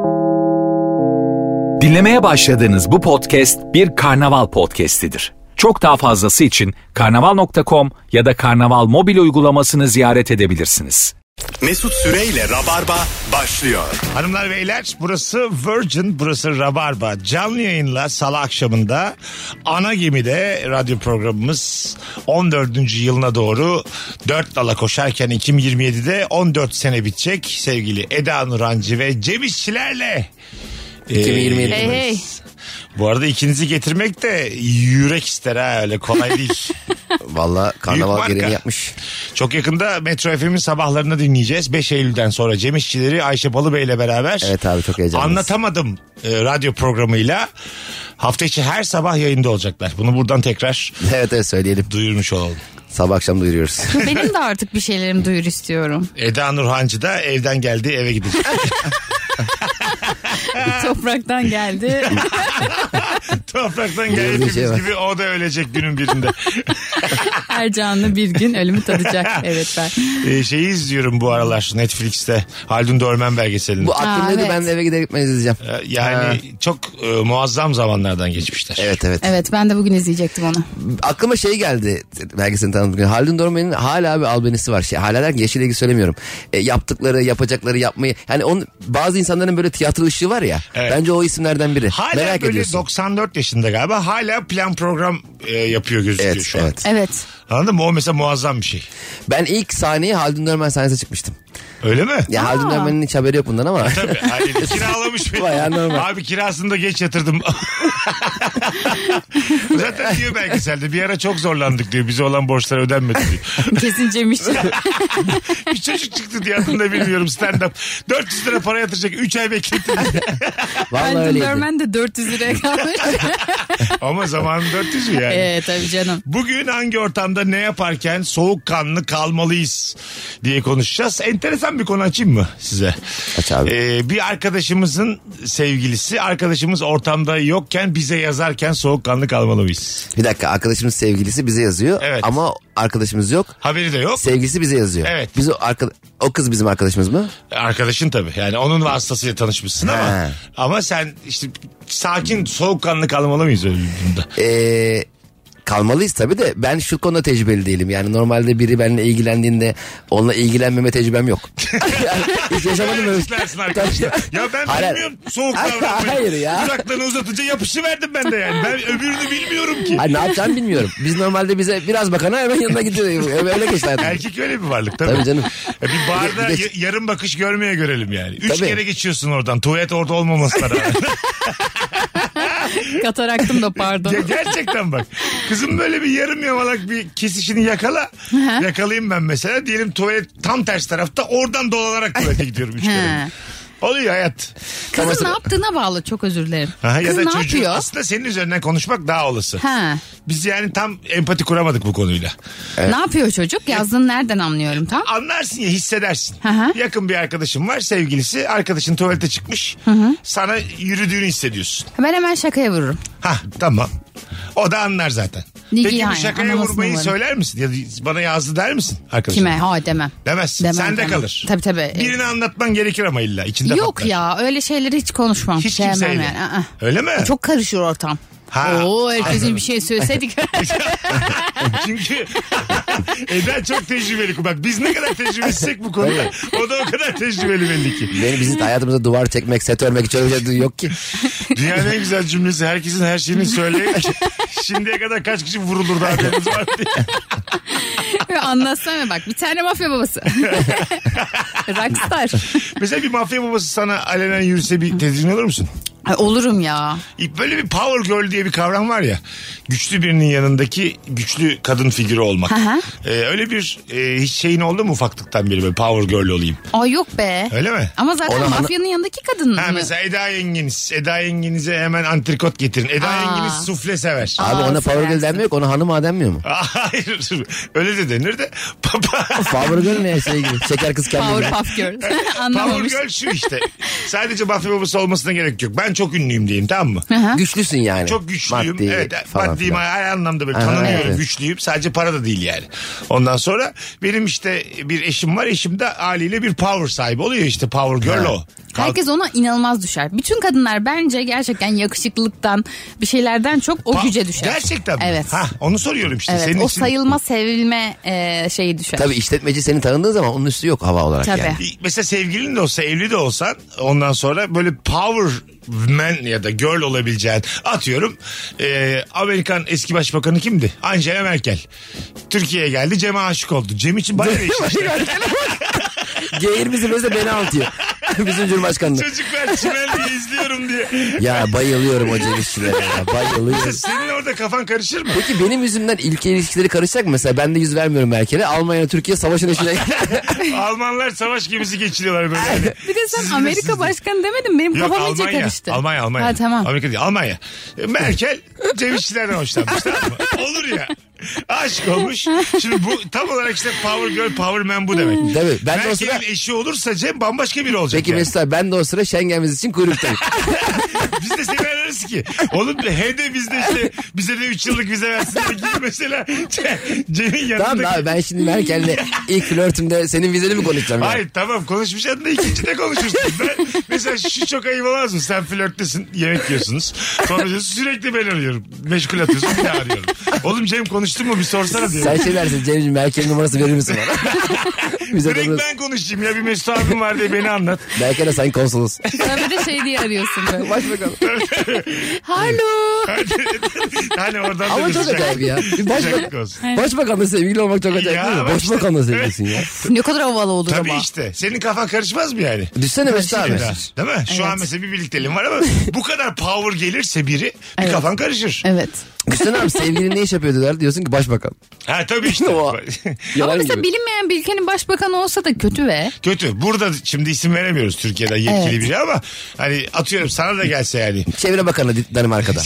Dinlemeye başladığınız bu podcast bir karnaval podcastidir. Çok daha fazlası için karnaval.com ya da karnaval mobil uygulamasını ziyaret edebilirsiniz. Mesut Süreyle Rabarba başlıyor. Hanımlar beyler, burası Virgin, burası Rabarba. Canlı yayınla salı akşamında ana gemide radyo programımız 14. yılına doğru 4 dala koşarken 2027'de 14 sene bitecek sevgili Eda Nurancı ve Cem İşçilerle. 2027. Hey. Bu arada ikinizi getirmek de yürek ister ha, öyle kolay değil. Valla karnaval Büyük gereğini marka. yapmış. Çok yakında Metro FM'in sabahlarını dinleyeceğiz. 5 Eylül'den sonra Cem İşçileri Ayşe Balıbey ile beraber. Evet abi, çok heyecanlıyız. Anlatamadım radyo programıyla hafta içi her sabah yayında olacaklar. Bunu buradan tekrar Evet söyleyelim. duyurmuş olalım. Sabah akşam duyuruyoruz. Benim de artık bir şeylerimi duyur istiyorum. Eda Nurhancı da evden geldi, eve gidecek. Topraktan geldi. Topraktan Böyle bir geldiğimiz şey var. gibi o da ölecek günün birinde. Her canlı bir gün ölümü tadacak. Evet ben. Şeyi izliyorum bu aralar Netflix'te. Haldun Dorman belgeselini. Bu aklımdaydı, evet. ben de eve gider gitmez izleyeceğim. Yani çok muazzam zamanlardan geçmişler. Evet. Evet ben de bugün izleyecektim onu. Aklıma şey geldi belgeselini tanıtırken. Haldun Dorman'ın hala bir albenisi var. Hala derken yaşıyla ilgili söylemiyorum. Yaptıkları, yapacakları, yapmayı. Yani bazı insanların böyle tiyatro ışığı var ya. Evet. Bence o isimlerden biri. Hala Merak böyle ediyorsun. 94 yaşında galiba. Hala plan program yapıyor gözüküyor Evet, şu an. evet. Evet. Anladın mı? O mesela muazzam bir şey. Ben ilk sahneye Haldun Dorman sahnesine çıkmıştım. Öyle mi? Ya Haldun Dorman'ın hiç haberi yok bundan ama. Tabii. Hayır, kiralamış beni. Bayağı normal. Abi kirasını da geç yatırdım. Zaten diyor belgeselde bir ara çok zorlandık diyor. Bize olan borçlar ödenmedi diyor. Kesin Cem İşçi. Bir çocuk çıktı diye adını da bilmiyorum, stand up. 400 lira para yatıracak, 3 ay bekletti. Vallahi Ben öyleydi. Dörmen de 400 liraya kalmış. Ama zamanın 400'ü yani. Tabii canım. Bugün hangi ortamda ne yaparken soğukkanlı kalmalıyız diye konuşacağız. Enteresan bir konu açayım mı size? Aç abi. Bir arkadaşımızın sevgilisi, arkadaşımız ortamda yokken bize yazarken soğukkanlı kalmalı mıyız? Bir dakika, arkadaşımız sevgilisi bize yazıyor. Evet. Ama arkadaşımız yok. Haberi de yok. Sevgilisi bize yazıyor. Evet. Biz o kız bizim arkadaşımız mı? Arkadaşın tabii. Yani onun vasıtasıyla tanışmışsın ama He. ama sen işte sakin, soğukkanlı kalmalı mıyız öyle bir durumda? Kalmalıyız tabii de ben şu konuda tecrübeli değilim. Yani normalde biri benimle ilgilendiğinde onunla ilgilenmeme tecrübem yok. Yani hiç yaşamadım öyle. Üstlersin arkadaşlar. Ya ben Hayır. bilmiyorum soğuk davranmayı. Hayır ya. Dudaklarını uzatınca yapışıverdim ben de yani. Ben öbürünü bilmiyorum ki. Hayır, ne yapacağımı bilmiyorum. Biz normalde bize biraz bakana hemen yanına gidiyor. Öyle geçti hayatım. Erkek öyle bir varlık tabii. Tabii canım. Bir barda Bir de- yarım bakış görmeye görelim yani. 3 Tabii. kere geçiyorsun oradan. Tuvalet orada olmamasına rağmen. Kataraktım da pardon. Gerçekten bak. Kızım böyle bir yarım yamalak bir kesişini yakala. Yakalayayım ben mesela. Diyelim tuvalet tam ters tarafta. Oradan dolanarak tuvalete gidiyorum 3 kere. Oluyor hayat. Kızın ne yaptığına bağlı, çok özür dilerim. Aha, ya Kız da ne çocuğu. yapıyor? Aslında senin üzerinden konuşmak daha olası. Ha. Biz yani tam empati kuramadık bu konuyla. Ne yapıyor çocuk? Yazdığını nereden anlıyorum tam? Anlarsın ya, hissedersin. Hı. Yakın bir arkadaşım var, sevgilisi. Arkadaşın tuvalete çıkmış. Sana yürüdüğünü hissediyorsun. Ben hemen şakaya vururum. Ha tamam. O da anlar zaten. Ligi Peki bu yani, şakaya anlamasını vurmayı umarım. söyler misin? Ya da bana yazdı der misin arkadaşım? Kime? Ha demem. Demezsin. Demem, Sende demem. kalır. Tabii. Birini anlatman gerekir ama illa. İçinde Yok patlar. ya, öyle şeyleri hiç konuşmam. Hiç Sevmem kimseyle. yani. Aa. Öyle mi? Çok karışır ortam. Ha. Oo, herkesin bir şey söyleseydik. Çünkü Eda çok tecrübeli. Bak biz ne kadar tecrübesizsek bu konuda. O da o kadar tecrübeli belli ki. Bizim hayatımızda duvar çekmek, set örmek hiç öyle bir şey yok ki. Dünyanın en güzel cümlesi, herkesin her şeyini söyleyip şimdiye kadar kaç kişi vurulurdu haberiniz var diye. Anlatsana bak, bir tane mafya babası. Rockstar. Mesela bir mafya babası sana alenen yürüse bir tedirgin olur musun? Ay, olurum ya. Böyle bir power girl diye bir kavram var ya. Güçlü birinin yanındaki güçlü kadın figürü olmak. Hı. Öyle bir hiç şeyin oldu mu ufaklıktan beri böyle power girl olayım? Ay yok be. Öyle mi? Ama zaten Ona- mafyanın yanındaki kadın Ha mı? mesela Eda yengeniz. Eda yengenize hemen antrikot getirin. Eda yengeniz sufle sever. Abi ona power girl seversin. denmiyor ki, ona hanım ağa denmiyor mu? Hayır. Öyle de denir de. Power girl ne şey gibi. Şeker kız kendine. Powerpuff Girls. Power Anlamamış. girl şu işte. Sadece mafya babası olmasına gerek yok. Ben çok ünlüyüm diyeyim, tamam mı? Güçlüsün yani. Çok güçlüyüm. Maddi Evet, falan maddiyim, filan. her anlamda böyle Aha, tanınıyorum, evet. güçlüyüm. Sadece para da değil yani. Ondan sonra benim işte bir eşim var. Eşim de haliyle bir power sahibi oluyor, işte power girl o. Herkes ona inanılmaz düşer. Bütün kadınlar bence gerçekten yakışıklılıktan bir şeylerden çok o güce düşer. Gerçekten mi? Evet. Ha, onu soruyorum işte. Evet, Senin o için... sayılma, sevilme şeyi düşer. Tabii işletmeci seni tanıdığı zaman onun üstü yok hava olarak Tabii. yani. Mesela sevgilin de olsa, evli de olsan, ondan sonra böyle power man ya da girl olabileceğin, atıyorum Amerikan eski başbakanı kimdi? Angela Merkel. Türkiye'ye geldi, Cem'e aşık oldu. Cem için bayağı değişti. Geğir bizi mesela beni anlatıyor. Bizim Cumhurbaşkanlığı. Çocuklar çimen diye izliyorum diye. Ya bayılıyorum o Cem İşçilere ya. Bayılıyorum. Senin orada kafan karışır mı? Peki benim yüzümden ülke ilişkileri karışacak mı? Mesela ben de yüz vermiyorum Merkel'e. Almanya Türkiye savaşın eşine. Almanlar savaş gemisi geçiriyorlar böyle. Hani. Bir de sen Sizin Amerika sizin. başkanı demedin, benim Yok, kafam iyice Almanya. karıştı. Almanya. Ha, tamam. Amerika değil, Almanya. Merkel Cem İşçilerden hoşlanmış, tamam mı? Olur ya. Aşık olmuş. Şimdi bu tam olarak işte power girl, power man bu demek. Tabii. Ben de o Merkel'in sıra... eşi olursa Cem bambaşka biri olacak. Peki yani. mesela ben de o sıra Schengen vizesi için kuyruktayım. Biz de seni ararız ki. Oğlum he de bizde işte bize de 3 yıllık vize versinler gibi mesela. Cem'in yanındaki. Tamam da abi ben şimdi Merkel'le ilk flörtümde senin vizeni mi konuşacağım ya? Hayır tamam, konuşmayacaksın da ikincide konuşursun. Ben mesela şu çok ayıp olmaz mı? Sen flörttesin, yemek yiyorsunuz. Sonra diyorsun, sürekli ben arıyorum. Meşgul atıyorsun, bir daha arıyorum. Oğlum Cem konuştun mu bir sorsana diyor. Sen şey dersin Cem'ciğim Merkel'in numarası verir misin bana? Bize Direkt de ben konuşayım ya, bir Mesut abim var diye beni anlat. Merkel'e sen konsolos. Sonra bir de şey diye arıyorsun böyle. Başbakan. Hallo. Hani oradan Ama da bir çok sıcak- acayip ya. Bir sıcaklık olsun. Başbakanla sevgili olmak çok acayip Ya değil mi? ama işte- Başbakanla sevgilisin ya. Ne kadar havalı olur Tabii ama. işte. Senin kafan karışmaz mı yani? Düşsene Mesut abi. Değil mi? Şu an mesela bir birlikteliğim var ama bu kadar power gelirse biri bir Evet. kafan karışır. Evet. Düşsene abi sevgilin ne iş yapıyor diyorlar. Diyorsun ki başbakan. Ha tabii işte. O- Ama Yalan mesela gibi. bilinmeyen bir ülkenin başbakanı olsa da kötü be. Kötü. Burada şimdi isim veremiyoruz Türkiye'den yetkili Evet. biri ama hani atıyorum sana da gelse yani. Çevre Bakanı Danimarka'da.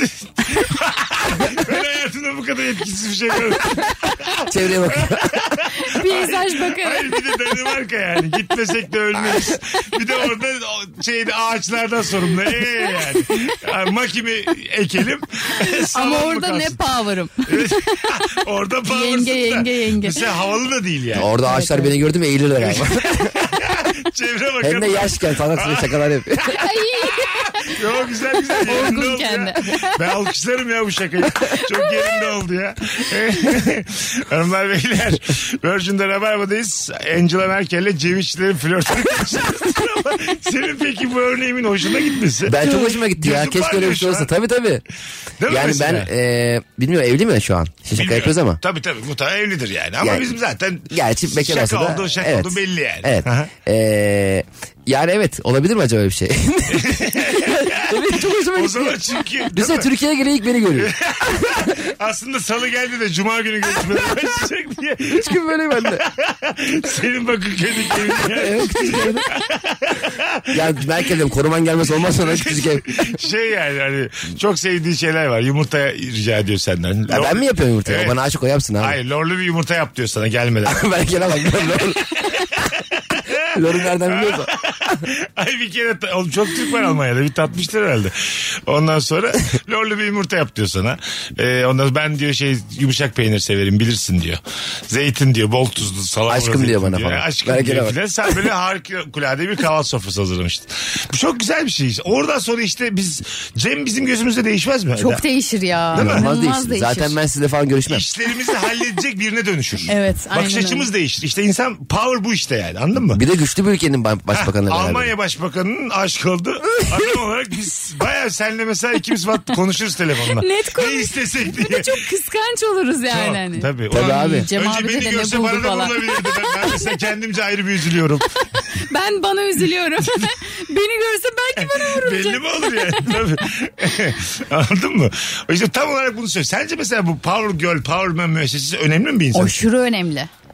Ben hayatımda bu kadar etkisiz bir şey görmedim. Çevreye bakıyor. Peyzaj bakarı. Hayır bir de Danimarka yani. Gitmesek de ölmeyiz. Bir de orada ağaçlardan sorumlu. Yani makimi ekelim. Ama salam mı orada ne kalsın? power'ım. Orada powersın da. Yenge. Mesela havalı da değil yani. Orada ağaçlar beni gördü mü eğilirler abi. Çevre Hem bakanı. de yaşken sanat şakalar yapıyor. Yo güzel yerinde Olgun oldu ya. kendi. Ben alkışlarım ya bu şakayı. Çok yerinde oldu ya. Hanımlar beyler, Virgin'de Rabarba'dayız. Angela Merkel'le Cem İşçilerin flörtünü konuşuyoruz. Ama senin peki bu örneğimin hoşuna gitmesi. Ben çok hoşuma gitti ya. Gözüm Keşke öyle parlıyor bir şey şu olsa. an. Tabii. Değil mi Yani mesela? ben bilmiyorum evli mi şu an? Şaka Bilmiyorum. yapıyoruz ama. Tabii muhtemelen evlidir yani. Ama Yani- bizim zaten Gerçi bekar şaka olsa da. olduğu şaka evet. olduğu belli yani. Evet. Aha. Yani evet olabilir mi acaba öyle bir şey? Evet çok hoşuma O gitti. zaman çünkü değil Düşünsene mi? Türkiye'ye geliyor ilk beni görüyor. Aslında salı geldi de cuma günü görüşmeye başlayacak diye. 3 gün böyle bende. Senin Bakırköy'deki evin yani. Evet küçük evde. Ya Merkel diyorum koruman gelmez olmaz sonra küçük ev. Şey yani hani çok sevdiği şeyler var. Yumurta rica ediyor senden. Ya ben mi yapıyorum yumurtayı? Evet. O bana aşık o yapsın abi. Hayır lorlu bir yumurta yap diyor sana gelmeden. Merkel'e bak. Lorum nereden biliyorsa. Ay bir kere oğlum çok Türk var Almanya'da bir tatmıştır herhalde. Ondan sonra lorlu bir yumurta yap diyor sana. Ondan sonra ben diyor yumuşak peynir severim bilirsin diyor. Zeytin diyor bol tuzlu salamura Aşkım zeytin diyor bana falan. Aşkım Merkel'e diyor bak. filan. Sen böyle harikulade bir kahvaltı sofrası hazırlamıştın. Bu çok güzel bir şey. Oradan sonra işte Cem bizim gözümüzde değişmez mi? Çok değişir ya. İnanılmaz İnanılmaz değişti. Zaten ben sizle falan görüşmem. İşlerimizi halledecek birine dönüşür. Evet, Bakış aynen açımız öyle. değişir. İşte insan power bu işte yani anladın mı? Bir de güçlü bir ülkenin başbakanıyla beraber. Almanya Başbakanı'nın aşık oldu. Adam olarak biz bayağı senle mesela ikimiz konuşuruz telefonla. Net konuş. Ne istesek Bir diye. de çok kıskanç oluruz yani. Çok, hani. tabii. Tabii Ulan, abi. Cem Önce abi beni de ne görse buldu bana da falan. bulabilirdi. Ben mesela kendimce ayrı bir üzülüyorum. Ben bana üzülüyorum. Beni görse belki bana vurur. Belli mi olur yani? Tabii. Anladın mı? İşte tam olarak bunu söylüyor. Sence mesela bu Power Girl, Power Man müessesesi önemli mi bir insan? Aşırı önemli.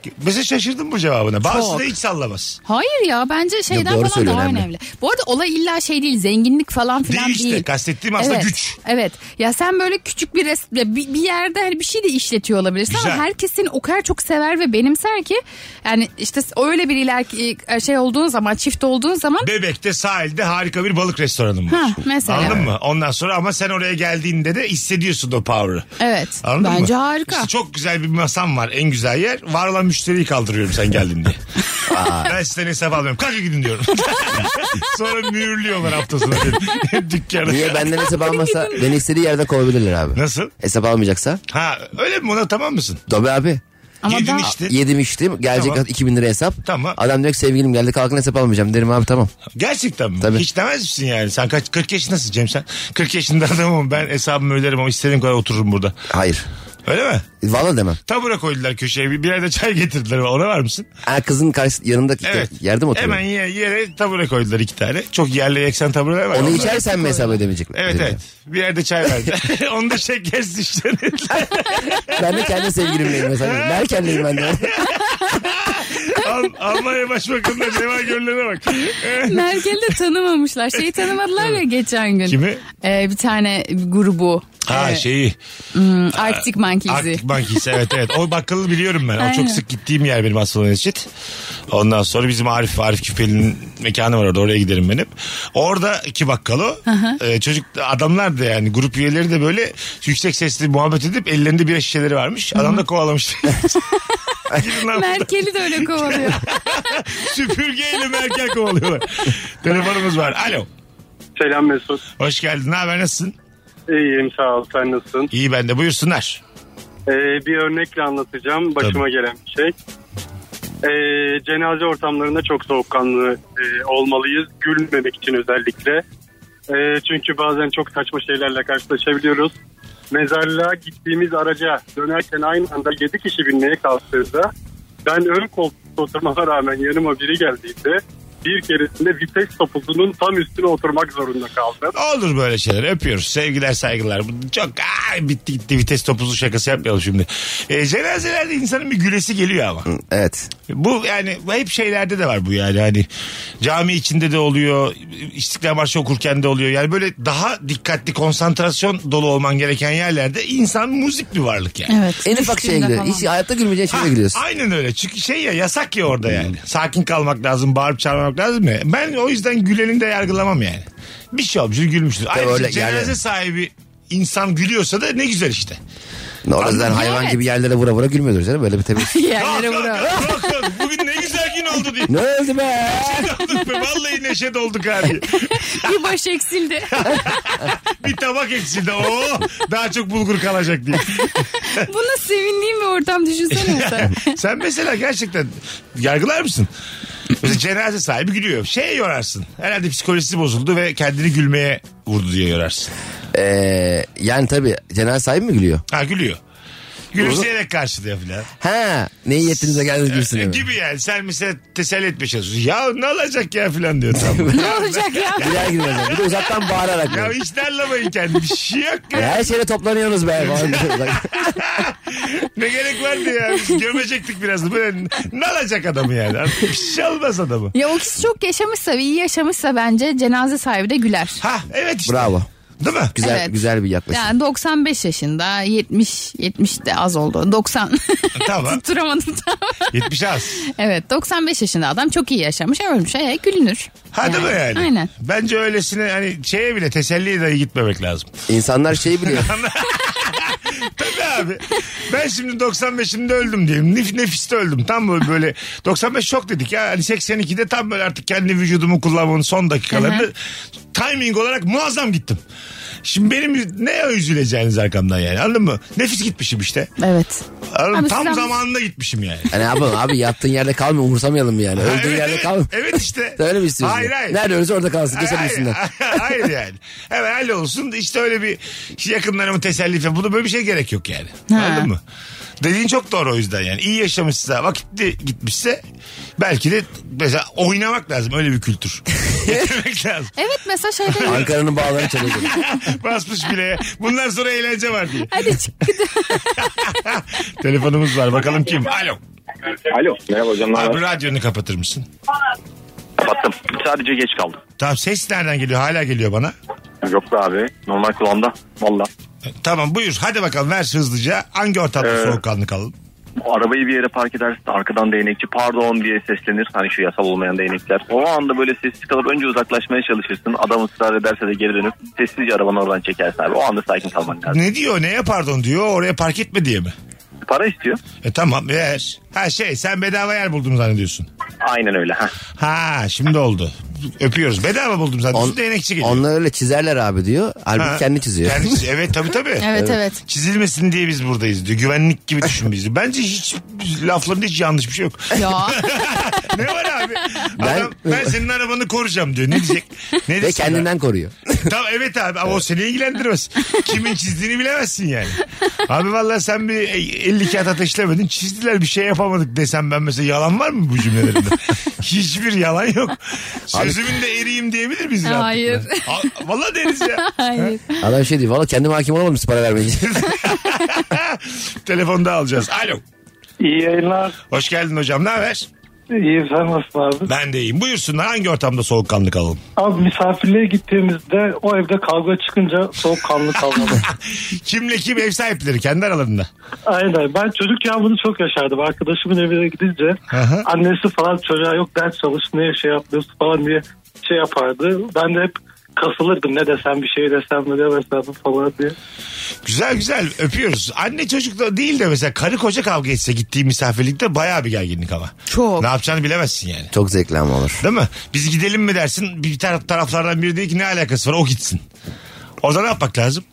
Mesela şaşırdım bu cevabına. Bazısı Çok. da hiç sallamaz. Hayır ya bence şeyden doğru falan söylüyor, daha önemli. önemli. Bu arada olay illa şey değil, zenginlik falan filan Değil değil. işte, kastettiğim aslında Evet, güç. Evet. Ya sen böyle küçük bir yerde hani bir şey de işletiyor olabilirsin Güzel. ama herkes seni o kadar çok sever ve benimser ki yani işte öyle biriyle şey olduğun zaman, çift olduğun zaman Bebek'te sahilde harika bir balık restoranım var. mesela. Anladın mı? Ondan sonra ama sen oraya geldiğinde de hissediyorsun o power'ı. Evet. Anladın Bence mı? harika. İşte çok güzel bir masam var. En güzel yer. Var olan müşteriyi kaldırıyorum sen geldin diye. Ben sizden hesap almıyorum. Kalk gidin diyorum. Sonra mühürlüyorlar haftasına dükkanı. Niye benden hesap almasa beni istediği yerden kovabilirler abi. Nasıl? Hesap almayacaksa. Ha öyle mi? Ona tamam mısın? Tabii abi. Ama Yedin daha- içtin. Yedim içtim. Gelecek Tamam. 2000 lira hesap. Tamam. Adam diyor ki sevgilim geldi kalkın hesap almayacağım. Derim abi tamam. Gerçekten mi? Tabii. Hiç demez misin yani? Sen 40 yaşındasın Cem sen. 40 yaşında adamım, ben hesabımı öderim ama istediğim kadar otururum burada. Hayır. Öyle mi? Valla demem. Tabure koydular köşeye. Bir yerde çay getirdiler. Ona var mısın? Kızın karşı yanındaki Evet. yerde mi oturuyor? Hemen yere tabure koydular 2 tane. Çok yerli yeksen tabureler var. Onu Onlar- içersen mi hesap ödemeyecekler? Evet evet. Bir yerde çay verdi. Onda şekersiz işlenir. Ben de kendi sevgilimleyim mesela. Berken'leyim ben de. Almanya Başbakanı'na ceva görülene bak. Merkel'i de tanımamışlar. Şeyi tanımadılar ya geçen gün. Kimi? Bir tane grubu. Ha şeyi. Arctic Monkeys'i. Arctic Monkeys evet evet. O bakkalı biliyorum ben. O Aynen. çok sık gittiğim yer benim aslında Mescit. Ondan sonra bizim Arif Küpeli'nin mekanı var orada. Oraya giderim benim. Oradaki bakkal o. Çocuk adamlar da yani grup üyeleri de böyle yüksek sesli muhabbet edip ellerinde bira şişeleri varmış. Adam da kovalamış. Gidin lan. Merkel'i de öyle kovalıyor. Süpürgeyle Merkel kovalıyorlar. Telefonumuz var. Alo. Selam Mesut. Hoş geldin. Ne haber, nasılsın? İyiyim sağ ol. Sen nasılsın? İyi ben de, buyursunlar. Bir örnekle anlatacağım. Başıma gelen bir şey. Cenaze ortamlarında çok soğukkanlı olmalıyız. Gülmemek için özellikle. Çünkü bazen çok saçma şeylerle karşılaşabiliyoruz. Mezarlığa gittiğimiz araca dönerken aynı anda 7 kişi binmeye kalktığında ben ön koltukta oturmama rağmen yanıma biri geldiğinde bir keresinde vites topuzunun tam üstüne oturmak zorunda kaldım. Olur böyle şeyler, öpüyoruz. Sevgiler saygılar. Bu çok bitti gitti vites topuzu şakası yapmayalım şimdi. Cenazelerde insanın bir gülesi geliyor ama. Evet. Bu yani hep şeylerde de var bu yani. Hani cami içinde de oluyor. İstiklal Marşı okurken de oluyor. Yani böyle daha dikkatli, konsantrasyon dolu olman gereken yerlerde insan müzik bir varlık yani. Evet. En ufak şeye Düştüğünde gülüyor. falan. Hiç hayatta gülmeyeceğin şeye gülüyorsun. Aynen öyle. Çünkü şey ya, yasak ya orada yani. Sakin kalmak lazım, bağırıp çağırmak lazım ya. Ben o yüzden güleni de yargılamam yani. Bir şey olmuştur, gülmüştür. Ayrıca öyle cenaze yani. sahibi insan gülüyorsa da ne güzel işte. Orada zaten hayvan Evet. gibi yerlere vura vura gülmüyordur canım. Böyle bir temiz. Yerlere vuruyor. Kalk. Bugün ne güzel gün oldu diye. Ne oldu be? Olduk be, vallahi neşe dolduk abi. Bir baş eksildi. Bir tabak eksildi. Oo, daha çok bulgur kalacak diye. Buna sevindiğim bir ortam düşünsene mesela. Sen mesela gerçekten yargılar mısın? Mesela cenaze sahibi gülüyor. Şeye yorarsın. Herhalde psikolojisi bozuldu ve kendini gülmeye vurdu diye yorarsın. Yani tabii cenaze sahibi mi gülüyor? Ha, gülüyor. Gülümseyerek karşılıyor filan. Ha, ne iyi ettinize geldiniz gülsün. değil mi? Gibi yani. Sen mesela teselli etmeye çalışıyorsun. Ya ne olacak ya filan diyor. Tamam. Ne olacak ya? Güler girmez. Bir de uzaktan bağırarak. Ya böyle. hiç darlamayın kendini. Bir şey yok ya. Her şeyle toplanıyorsunuz be. falan. Ne gerek vardı ya. Biz gömecektik biraz. Böyle ne alacak adamı yani. Bir şey olmaz adamı. Ya o kişi çok yaşamışsa ve iyi yaşamışsa bence cenaze sahibi de güler. Ha evet işte. Bravo. Değil mi? Güzel Evet. güzel bir yaklaşım. Yani 95 yaşında 70 de az oldu. 90 Tamam. tutturamadım tam. 70 az. Evet 95 yaşında adam çok iyi yaşamış, ölmüş. Gülünür. Ha değil mi yani? Aynen. Bence öylesine hani şeye bile, teselliye dahi gitmemek lazım. İnsanlar şey biliyor. Tabii abi. Ben şimdi 95'imde öldüm diyelim. Nefiste öldüm. Tam böyle 95 çok dedik ya. Hani 82'de tam böyle artık kendi vücudumu kullanmanın son dakikalarında timing olarak muazzam gittim. Şimdi benim ne üzüleceğiniz arkamdan yani, anladın mı? Nefis gitmişim işte. Evet. Anladın mı? Abi Tam sen- zamanında gitmişim yani. Hani abi yattığın yerde kalma, umursamayalım yani. Öldüğün Evet, yerde evet. kalma. Evet işte. Öyle mi istiyorsun? Hayır hayır. Nerede ölürse orada kalsın. Geçelim Hayır, üstünden. hayır yani. Hemen öyle olsun. İşte öyle bir yakınlarımı teselli falan. Buna böyle bir şey gerek yok yani. Anladın mı? Dediğin çok doğru o yüzden yani. İyi yaşamışsa, vakitli gitmişse belki de mesela oynamak lazım. Öyle bir kültür. Getirmek lazım. Evet mesela şeyde Ankara'nın bağlarını çalıyor. Basmış bile. Bundan sonra eğlence var diye. hadi çık. Telefonumuz var. Bakalım kim? Alo. Alo. Merhaba hocam. Abi radyonu kapatır mısın? Kapattım. Sadece geç kaldım. Tamam, ses nereden geliyor? Hala geliyor bana. Yok be abi. Normal kulağımda. Valla. Tamam buyur. Hadi bakalım ver hızlıca. Hangi ortamda soğukkanlı kalalım? Arabayı bir yere park edersin. Arkadan değnekçi pardon diye seslenir. Hani şu yasal olmayan değnekler. O anda böyle sessiz kalıp önce uzaklaşmaya çalışırsın. Adam ısrar ederse de geri dönüp sessizce arabanı oradan çekersin abi. O anda sakin kalmak lazım. Ne diyor? Neye pardon diyor? Oraya park etme diye mi? Para istiyor. Tamam ver. Sen bedava yer buldum zannediyorsun. Aynen öyle. Ha şimdi oldu. Öpüyoruz. Bedava buldum zannediyorsun. Değnekçi geliyor. Onlar öyle çizerler abi diyor. Halbuki kendi çiziyor. Evet tabii. Evet. Çizilmesin diye biz buradayız diyor. Güvenlik gibi düşün bizi. Bence hiç laflarında hiç yanlış bir şey yok. Ya. Ne var abi? Ben senin arabanı koruyacağım diyor. Ne diyecek? Ve kendinden koruyor. Tamam evet abi ama o seni ilgilendirmez. Kimin çizdiğini bilemezsin yani. Abi vallahi sen bir 50 kağıt ateşlemedin. Çizdiler bir şey yapamadık desem ben mesela, yalan var mı bu cümlelerinde? Hiçbir yalan yok. Sözümün de eriyim diyebilir miyiz? Hayır. Vallahi deriz ya. Hayır. Adam şey diyor. Valla kendim hakim olamadım para vermeyince. Telefonda alacağız. Alo. İyi yayınlar. Hoş geldin hocam. Ne haber? İyiyim, sen nasılsın abi? Ben de iyiyim. Buyursunlar, hangi ortamda soğukkanlı kalalım? Abi misafirliğe gittiğimizde o evde kavga çıkınca soğukkanlı kalmalı. Kimle kim? Ev sahipleri kendi aralarında. Aynen, ben çocukken bunu çok yaşardım. Arkadaşımın evine gidince annesi falan çocuğa yok ders çalış, niye şey yapıyorsun falan diye şey yapardı. Ben de hep kasılırdım, ne desem bir şey desem mi demesem falan diye. Güzel öpüyoruz. Anne çocukla değil de mesela karı koca kavga etse gittiği misafirlikte bayağı bir gerginlik ama. Çok. Ne yapacağını bilemezsin yani. Çok zevkli ama olur. Değil mi? Biz gidelim mi dersin, bir taraflardan biri diyor ki ne alakası var, o gitsin. Orada ne yapmak lazım?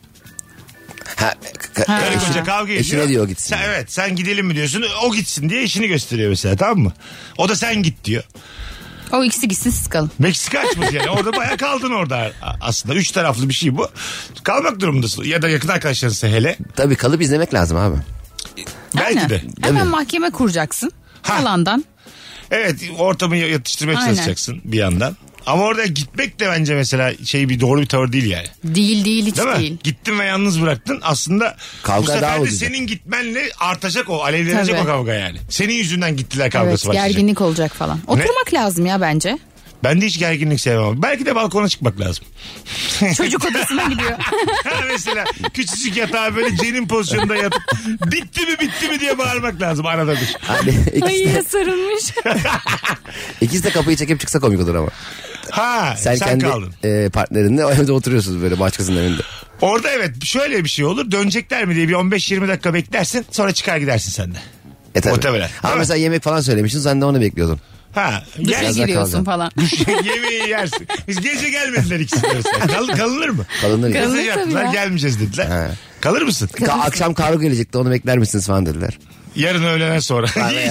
Karı koca kavga ediyor. Eşine diyor gitsin. Sen gidelim mi diyorsun, o gitsin diye eşini gösteriyor mesela, tamam mı? O da sen git diyor. O ikisi gitsin, siz kalın. Meksika açması yani. Orada bayağı kaldın orada aslında. 3 taraflı bir şey bu. Kalmak durumundasın. Ya da yakın arkadaşlarınsa hele. Tabii kalıp izlemek lazım abi. Belki Aynen. de. Hemen mahkeme kuracaksın. Yalandan. Evet, ortamı yatıştırmaya çalışacaksın bir yandan. Ama orada gitmek de bence mesela bir doğru bir tavır değil yani. Değil hiç değil. Gittin ve yalnız bıraktın. Aslında kavga bu sefer daha de olacak. senin gitmenle artacak o. Alevlenecek o kavga yani. Senin yüzünden gittiler kavgası Evet, başlayacak. gerginlik olacak falan. Oturmak lazım ya bence. Ben de hiç gerginlik sevmem. Belki de balkona çıkmak lazım. Çocuk odasına gidiyor. Mesela küçücük yatağa böyle cenin pozisyonunda yatıp bitti mi diye bağırmak lazım arada bir. Abi, Ayıya sarılmış. İkisi de kapıyı çekip çıksa komik olur ama. Sen kendi kaldın. Partnerinle o evde oturuyorsunuz böyle başkasının evinde. Orada evet şöyle bir şey olur. Dönecekler mi diye bir 15-20 dakika beklersin. Sonra çıkar gidersin sen de. Tabii. Muhtemelen. Ama mesela yemek falan söylemişsin, sen de onu bekliyordun. Duşa giriyorsun falan. Yemeği yersin. Biz gece gelmediler ikisi de. Kalınır mı? Kalınır ya. Mesaj yaptılar, gelmeyeceğiz dediler. Kalır mısın? Akşam kargo gelecekti, onu bekler misiniz falan dediler. Yarın öğleden sonra.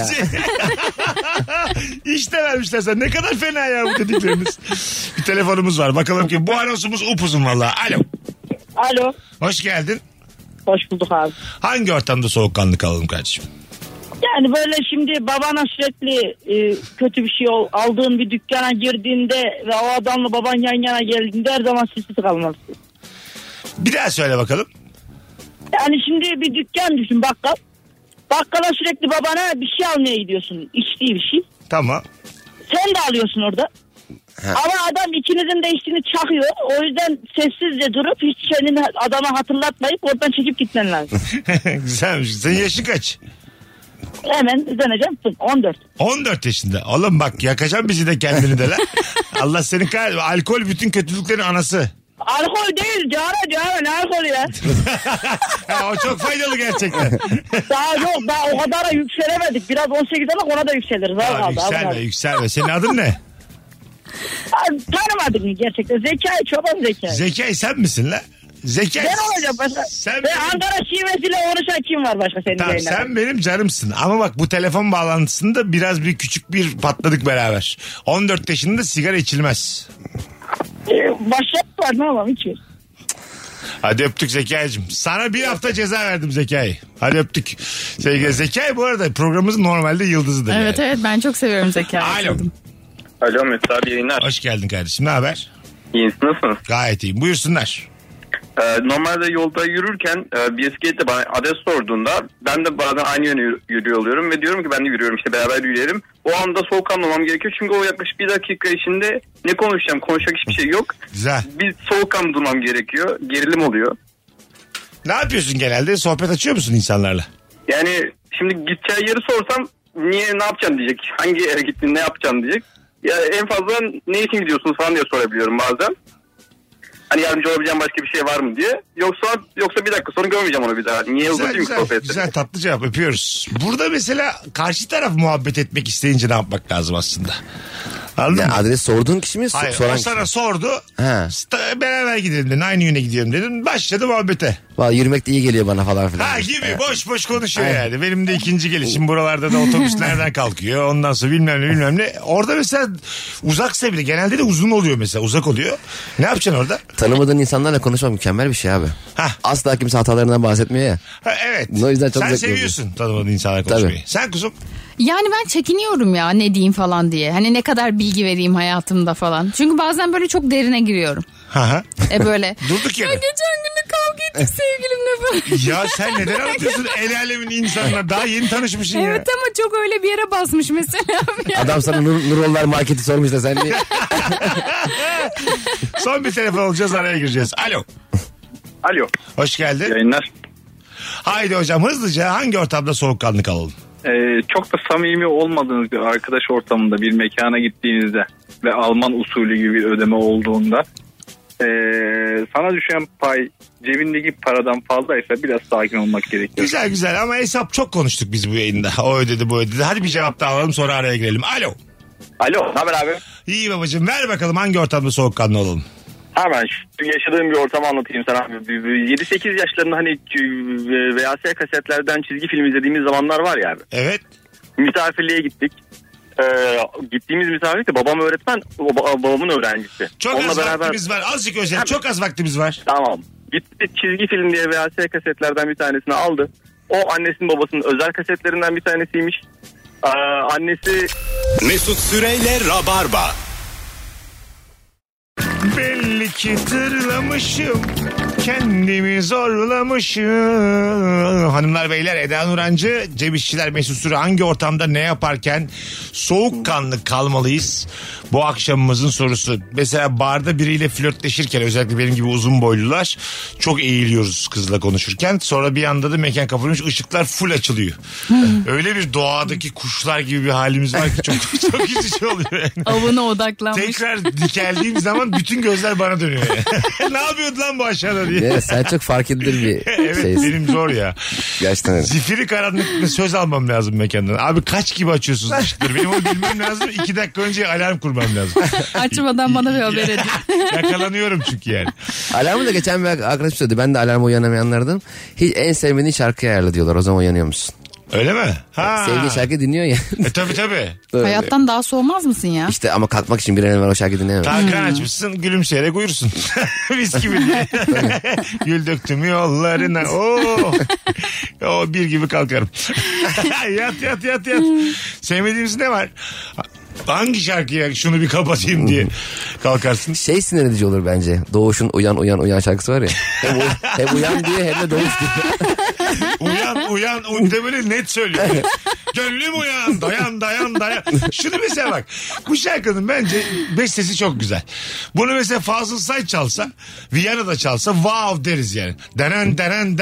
İşte vermişler sen. Ne kadar fena ya bu dediklerimiz. Bir telefonumuz var. Bakalım ki bu anonsumuz upuzun valla. Alo. Hoş geldin. Hoş bulduk abi. Hangi ortamda soğukkanlı kalalım kardeşim? Yani böyle şimdi babana sürekli kötü bir şey aldığın bir dükkana girdiğinde ve o adamla baban yan yana geldiğinde her zaman sessiz kalmalısın. Bir daha söyle bakalım. Yani şimdi bir dükkan düşün, bakkal. Bakkala sürekli babana bir şey almaya gidiyorsun. İçtiği bir şey. Tamam. Sen de alıyorsun orada. Ama adam ikinizin de içtiğini çakıyor. O yüzden sessizce durup hiç kendini adama hatırlatmayıp oradan çekip gitmen lazım. Güzelmiş. Senin yaşın kaç? Hemen döneceğim. 14. 14 yaşında. Oğlum bak yakacağım bizi de kendini de lan. Allah senin kahretsin. Alkol bütün kötülüklerin anası. Alkol değil Canan, ne alkolü ya? O çok faydalı gerçekten. Daha o kadar da yükselemedik. Biraz 18'e bak, ona da yükseliriz. Yükselme. Senin adın ne? Tanımadın gerçekten. Zekai, çoban Zekai. Zekai sen misin lan? Zekai. Ben olacağım başka. Ve Ankara şivesiyle konuşan kim var başka senin tamam, yayınlarda? sen benim canımsın. Ama bak bu telefon bağlantısında biraz küçük bir patladık beraber. 14 yaşında sigara içilmez. Başlattılar, ne yapalım, içiyor. Hadi öptük Zekai'cim. Sana bir hafta ceza verdim Zekai. Hadi öptük. Sevgili Zekai bu arada programımızın normalde yıldızıdır. Evet ben çok seviyorum Zekai'yi. Alo Mesut abi, yayınlar. Hoş geldin kardeşim, ne haber? İyisin, nasılsınız? Gayet iyiyim, buyursunlar. Normalde yolda yürürken bisikletle bana adres sorduğunda ben de bazen aynı yöne yürüyor oluyorum ve diyorum ki ben de yürüyorum işte beraber yürüyelim. O anda soğukkanlı olmam gerekiyor çünkü o yaklaşık bir dakika içinde ne konuşacağım, konuşacak hiçbir şey yok. Güzel. Bir soğukkanlı durmam gerekiyor, gerilim oluyor. Ne yapıyorsun genelde? Sohbet açıyor musun insanlarla? Yani şimdi gideceği yeri sorsam niye ne yapacaksın diyecek, hangi yere gittin ne yapacaksın diyecek. Ya en fazla ne için gidiyorsunuz falan diye sorabiliyorum bazen. Hani yardımcı olabileceğim başka bir şey var mı diye. Yoksa bir dakika sonra görmeyeceğim onu bir daha. Niye uzatayım sohbeti? Güzel tatlı cevap, öpüyoruz. Burada mesela karşı taraf muhabbet etmek isteyince ne yapmak lazım aslında? Anladın mı? Adres sorduğun kişi mi? Hayır, Soran o sana kişi. sordu. Ha. Beraber gidelim dedin. Aynı yöne gidiyorum dedim. Başladı muhabbete. Vallahi yürümek de iyi geliyor bana falan filan. Ha gibi boş boş konuşuyor yani. Benim de ikinci gelişim buralarda da otobüs nereden kalkıyor. Ondan sonra bilmem ne. Orada mesela uzaksa bile genelde de uzun oluyor mesela. Uzak oluyor. Ne yapacaksın orada? Tanımadığın insanlarla konuşmak mükemmel bir şey abi. Hah. Asla kimse hatalarından bahsetmiyor ya. Ha, evet. O yüzden çok sen zevkli seviyorsun tanımadığın insanlarla konuşmayı. Tabii. Sen kuzum? Yani ben çekiniyorum ya ne diyeyim falan diye. Hani ne kadar bilgi vereyim hayatımda falan. Çünkü bazen böyle çok derine giriyorum. Ha. Böyle. Durduk yere. Ya geçen gün de kavga ettik sevgilimle falan. Ya sen neden anlatıyorsun el alemin insanına? Daha yeni tanışmışsın ya. Evet ama çok öyle bir yere basmış mesela. Adam sana Nurollar Market'i sormuş da sen niye? Son bir telefon alacağız, araya gireceğiz. Alo. Alo. Hoş geldin. Yayınlar. Haydi hocam hızlıca hangi ortamda soğukkanlı kalalım? Çok da samimi olmadığınız bir arkadaş ortamında bir mekana gittiğinizde ve Alman usulü gibi bir ödeme olduğunda sana düşen pay cebindeki paradan fazlaysa biraz sakin olmak gerekiyor. Güzel ama hesap çok konuştuk biz bu yayında. O ödedi bu ödedi. Hadi bir cevap daha alalım sonra araya girelim. Alo. Alo, ne haber abi? İyi babacığım, ver bakalım hangi ortamda soğukkanlı olalım? Hemen şu yaşadığım bir ortamı anlatayım sana. 7-8 yaşlarında hani VHS kasetlerden çizgi film izlediğimiz zamanlar var ya abi. Evet. Misafirliğe gittik. Gittiğimiz misafirlikte babam öğretmen, babamın öğrencisi. Çok onunla az beraber... vaktimiz var. Azıcık özel. Çok az vaktimiz var. Tamam. Gitti çizgi film diye VHS kasetlerden bir tanesini aldı. O annesinin babasının özel kasetlerinden bir tanesiymiş. Annesi... Mesut Süreyle Rabarba. Belli ki tırlamışım, kendimi zorlamışım. Hanımlar beyler, Eda Nurancı, Cem İşçiler, Mesut Süre hangi ortamda ne yaparken soğukkanlı kalmalıyız? Bu akşamımızın sorusu. Mesela barda biriyle flörtleşirken, özellikle benim gibi uzun boylular, çok eğiliyoruz kızla konuşurken. Sonra bir anda da mekan kapatılmış, ışıklar full açılıyor. Öyle bir doğadaki kuşlar gibi bir halimiz var ki çok üzücü oluyor yani. Avına odaklanmış. Tekrar dikeldiğim zaman bütün gözler bana dönüyor. Ne yapıyordu lan bu aşağıda diye. Evet, sen çok fark edilir bir Evet, şeysin. benim zor ya. Gerçekten öyle. Zifiri karanlıkta söz almam lazım mekandan. Abi kaç gibi açıyorsunuz ışıkları? Benim onu bilmem lazım. 2 dakika önce alarm kurmam lazım. Açmadan bana bir haber edin. Yakalanıyorum çünkü yani. Alarmı da geçen bir arkadaşım söyledi. Ben de alarma uyanamayanlardan. Hiç en sevmediğin şarkıyı ayarla diyorlar. O zaman uyanıyor musun? Öyle mi? Ha. Sevdiğin şarkı dinliyor ya. Tabii. Hayattan daha soğumaz mısın ya? İşte ama kalkmak için bir an evvel o şarkıyı dinleyemem. Kalkan açmışsın, gülümseyerek uyursun. Mis gibi diye. Gül döktüm yollarına. Oo, bir gibi kalkarım. yat. Sevmediğimiz ne var? Hangi şarkıya şunu bir kapatayım diye kalkarsın. Şey sinir edici olur bence. Doğuş'un uyan şarkısı var ya. Hem uyan diye hem de Doğuş diye. uyan de böyle net söylüyor. Gönlüm uyan, dayan. Şunu mesela bak. Bu şarkının bence bestesi çok güzel. Bunu mesela Fazıl Say çalsa, Viyana'da çalsa wow deriz yani. Deren.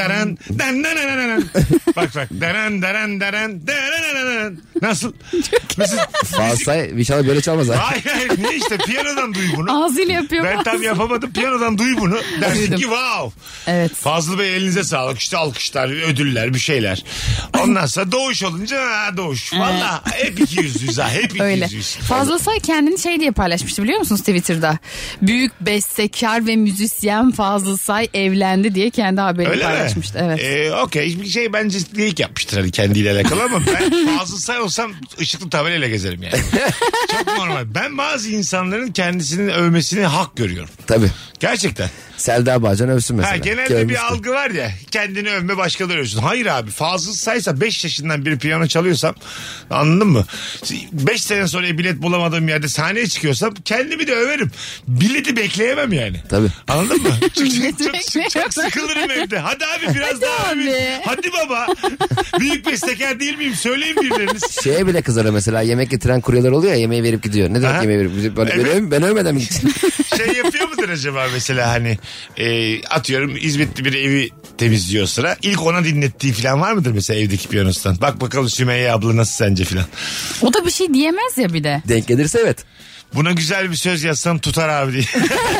Bak. Deren. Nasıl? Mesela Fazıl Say inşallah böyle çalmaz ha. Hayır niye işte piyanodan duy bunu. Ağzıyla yapıyor. Ben tam yapamadım, piyanodan duy bunu. Dersin ki wow. Evet. Fazıl Bey elinize sağlık, işte alkışlar, ödüller, bir şeyler. Ondan sonra Doğuş olunca Doğuş. Valla hep 200 ha, hep Öyle. 200. Fazla Say kendini şey diye paylaşmıştı biliyor musunuz Twitter'da? Büyük bestekar ve müzisyen Fazıl Say evlendi diye kendi haberini Öyle paylaşmıştı. mi? Evet. Okey, hiçbir şey bence geyik yapmıştır hani kendiyle alakalı ama ben Fazıl Say olsam ışıklı tabelayla gezerim yani. Çok normal. Ben bazı insanların kendisinin övmesini hak görüyorum. Tabii. Gerçekten. Selda Bağcan övsün mesela. Ha, genelde bir algı var ya, kendini övme, başkaları övsün. Hayır abi, Fazıl Saysa 5 yaşından biri piyano çalıyorsam, anladın mı? 5 sene sonra bilet bulamadığım yerde sahneye çıkıyorsam kendimi de överim. Bileti bekleyemem yani. Tabii. Anladın mı? Çok sıkılırım evde. Hadi abi biraz daha övün. Hadi baba. Büyük bestekar değil miyim? Söyleyin birileriniz. Şeye bile kızar mesela, yemek getiren kuryeler oluyor ya, yemeği verip gidiyor. Ne demek yemeği verip gidiyor? Ben övmeden mi gideceğim? Şey yapıyor mudur acaba mesela, hani atıyorum İzmitli bir evi temizliyor sıra. İlk ona dinlettiği falan var mıdır mesela evdeki piyanostan? Bak bakalım Sümeyye abla nasıl sence falan. O da bir şey diyemez ya bir de. Denk gelirse evet. Buna güzel bir söz yazsam tutar abi diye.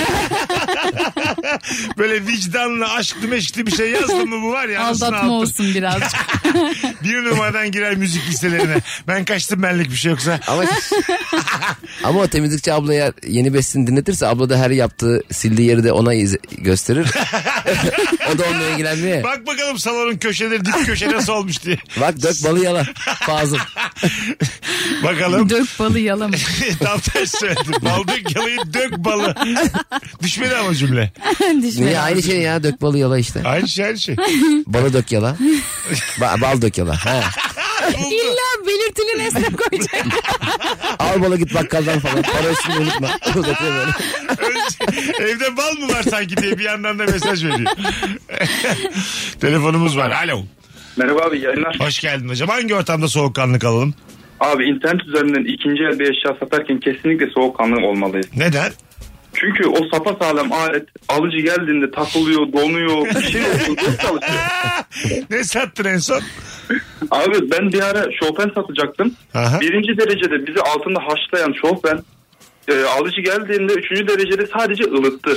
Böyle vicdanlı, aşklı meşkli bir şey yazdın mı bu var ya. Aldatma olsun birazcık. Bir numaradan girer müzik listelerine. Ben kaçtım, benlik bir şey yoksa. Ama o temizlikçi ablaya yeni bestesini dinletirse, abla da her yaptığı, sildiği yeri de ona gösterir. O da onunla ilgilenmiyor. Bak bakalım salonun köşeleri, dip köşe nasıl olmuş diye. Bak dök balı yala. Fazıl. Bakalım. Dök balı yalama. Tam tersi söyledim. Bal dök yalayı, dök balı. Düşmedi ama cümle. Niye aynı şey ya, dök balı yala işte. Aynı şey. Balı dök yala. Bal dök yala. Ha. İlla belirtili nesne koyacak. Al balı git bakkaldan falan. Para üstünü unutma. Uzatıyor böyle. Evde bal mı var sanki diye bir yandan da mesaj veriyor. Telefonumuz var. Alo. Merhaba abi, yayınlar. Hoş geldin hocam. Hangi ortamda soğukkanlı kalalım? Abi internet üzerinden ikinci el bir eşya satarken kesinlikle soğukkanlı olmalıyız. Neden? Çünkü o sapasağlam alet alıcı geldiğinde takılıyor, donuyor, bir şey yapıyor, çalışıyor. Ne sattın en son? Abi ben bir ara Chopin satacaktım. Aha. Birinci derecede bizi altında haşlayan Chopin alıcı geldiğinde 3. derecede sadece ılıttı.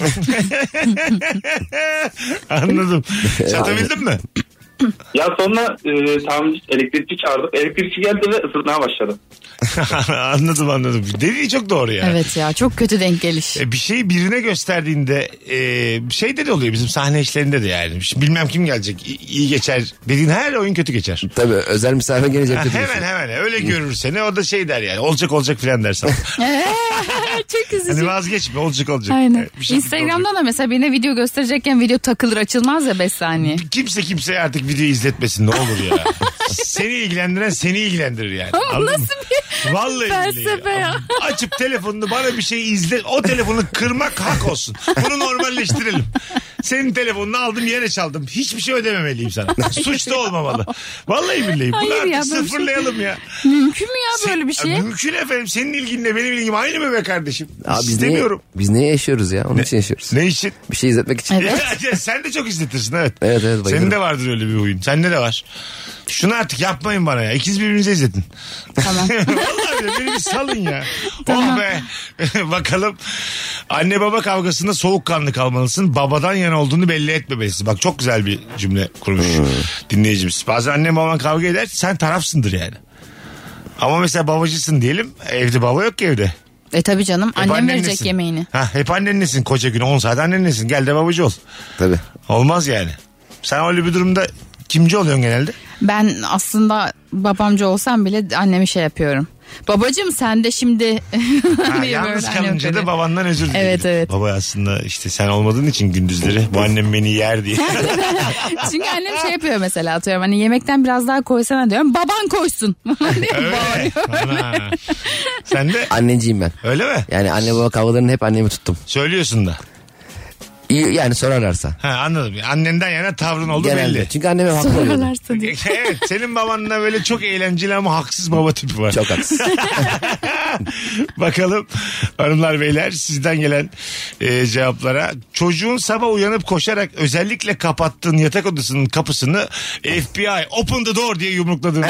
Anladım. Satabildin mi? Ya sonra tamirci, elektrikçi çağırdık. Elektrikçi geldi ve ısıtmaya başladı. Anladım. Dediği çok doğru ya. Evet ya, çok kötü denk geliş. Bir şeyi birine gösterdiğinde şeyde de oluyor, bizim sahne işlerinde de yani. Şimdi bilmem kim gelecek, iyi geçer dediğin her oyun kötü geçer. Tabii özel misafir gelecek. Hemen öyle görür seni, o da şey der yani, olacak filan der sana. Çok üzücü. Hani vazgeçme, olacak. Aynen. Şey Instagram'dan da mesela birine video gösterecekken video takılır açılmaz ya 5 saniye. Kimse artık video izletmesin, ne olur ya. Seni ilgilendiren seni ilgilendirir yani. Ama nasıl bir vallahi felsefe ya. Açıp telefonunu bana bir şey izle, o telefonu kırmak hak olsun. Bunu normalleştirelim. Senin telefonunu aldım, yere çaldım. Hiçbir şey ödememeliyim sana. Suç da olmamalı. Vallahi billahi. Bunu Hayır ya, artık sıfırlayalım ya. Mümkün mü ya böyle bir şey? Mümkün efendim. Senin ilginle benim ilgim aynı mı be kardeşim? Abi İstemiyorum. Biz niye yaşıyoruz ya? Onun için yaşıyoruz. Ne için? Bir şey izletmek için. Evet. Sen de çok izletirsin, evet. Evet bayılırım. Senin de vardır öyle bir huyun. Sende de var. Şunu artık yapmayın bana ya. İkiniz birbirinize izletin. Tamam. Vallahi beni bir salın ya. Tamam. Oh be. Bakalım. Anne baba kavgasında soğukkanlı kalmalısın. Babadan yana olduğunu belli etmemelisin. Bak çok güzel bir cümle kurmuş dinleyicimiz. Bazen anne baban kavga eder, sen tarafsındır yani. Ama mesela babacısın diyelim. Evde baba yok ki evde. Tabii canım, Hep annem annenlesin. verecek yemeğini. Hep annenlesin koca gün 10 saat annenlesin. Gel de babacı ol. Tabii. Olmaz yani. Sen öyle bir durumda kimci oluyorsun genelde? Ben aslında babamcı olsam bile annemi şey yapıyorum. Babacığım sen de şimdi yalnız kalınca da babandan özür dilerim. Evet. Baba aslında işte sen olmadığın için gündüzleri bu annem beni yer diye. Çünkü annem şey yapıyor mesela, atıyorum hani yemekten biraz daha koysana diyorum, baban koysun. Öyle. Sen de? Anneciyim ben. Öyle mi? Yani anne baba kavgalarını hep annemi tuttum. Söylüyorsun da. Yani sorarlarsa. Anladım. Annenden yana tavrın oldu genelde. belli. Çünkü anneme haklı oluyordu. Sorarlarsa diye. Evet, senin babanla böyle çok eğlenceli ama haksız baba tipi var. Çok haksız. Bakalım hanımlar beyler sizden gelen cevaplara. Çocuğun sabah uyanıp koşarak özellikle kapattığın yatak odasının kapısını FBI open the door diye yumrukladığında.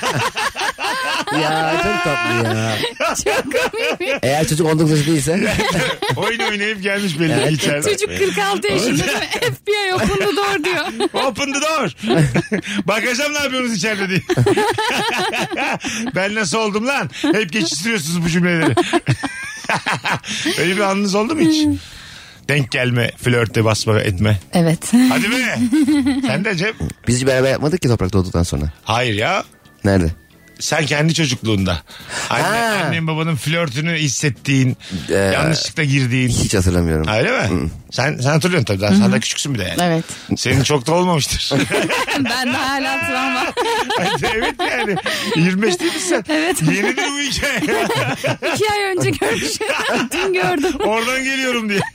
Ya çok tatlı ya. Çok komik. Eğer çocuk 19 yaşı değilse. Oyun oynayıp gelmiş belli ki içeride. Çocuk 46 yaşında FBI open the door diyor. Open the door. Bakacağım ne yapıyorsunuz içeride diye. Ben nasıl oldum lan? Hep geçiştiriyorsunuz bu cümleleri. Öyle bir anınız oldu mu hiç? Denk gelme, flörte basma etme. Evet. Hadi be. Sen de Cem. Biz hiç beraber yapmadık ki toprakta olduktan sonra. Hayır ya. Nerede? Sen kendi çocukluğunda. Annen babanın flörtünü hissettiğin, yanlışlıkla girdiğin. Hiç hatırlamıyorum. Öyle mi? Sen hatırlıyorsun tabii. Sen de küçüksün bir de yani. Evet. Senin çok da olmamıştır. Ben de hala travma. Evet yani. 25 değil misin sen? Evet. Yenidir bu hikaye. 2 ay önce görmüşüm. Dün gördüm. Oradan geliyorum diye.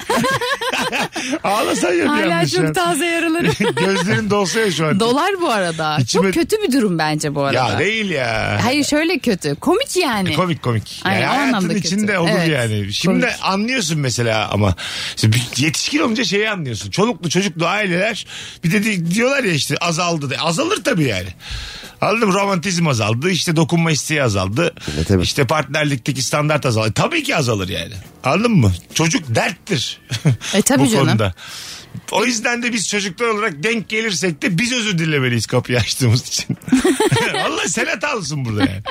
Ağlasan ya bir Hala yanlış çok ya. taze yaralarım. Gözlerin dolsa ya şu an. Dolar bu arada. İçime- Çok kötü bir durum bence bu arada. Ya değil ya. Hayır şöyle kötü. Komik yani. Komik. Aynen, Yani o hayatın anlamda içinde kötü. olur Evet. yani. Şimdi Komik. anlıyorsun mesela ama işte yetişkin olunca şeyi anlıyorsun. Çoluklu çocuklu aileler bir de diyorlar ya işte azaldı. Azalır tabii yani. Anladın mı? Romantizm azaldı. İşte dokunma isteği azaldı. Evet, tabii. İşte partnerlikteki standart azaldı. Tabii ki azalır yani. Anladın mı? Çocuk derttir. Tabii Bu canım. konuda. O yüzden de biz çocuklar olarak denk gelirsek de biz özür dilemeliyiz kapıyı açtığımız için. Vallahi sen hatalısın burada yani.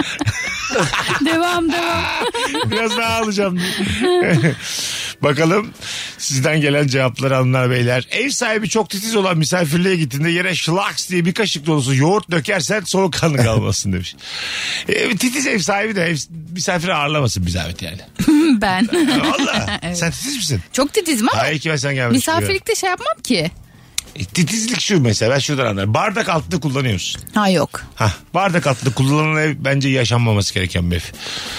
Devam. Biraz daha alacağım diye. Bakalım sizden gelen cevapları hanımlar beyler. Ev sahibi çok titiz olan misafirliğe gittiğinde yere şlaks diye bir kaşık dolusu yoğurt dökersen soğukkanlı kalmasın demiş. Titiz ev sahibi de misafiri ağırlamasın bir zahmet yani. Ben. Valla Evet. sen titiz misin? Çok titizim ama Hayır ki ben sen gelmedim. misafirlikte şey yapmam ki. Titizlik şu mesela ben şuradan anlarım. Bardak altında kullanıyorsun. Ha yok. Bardak altında kullanılan ev bence yaşanmaması gereken bir ev.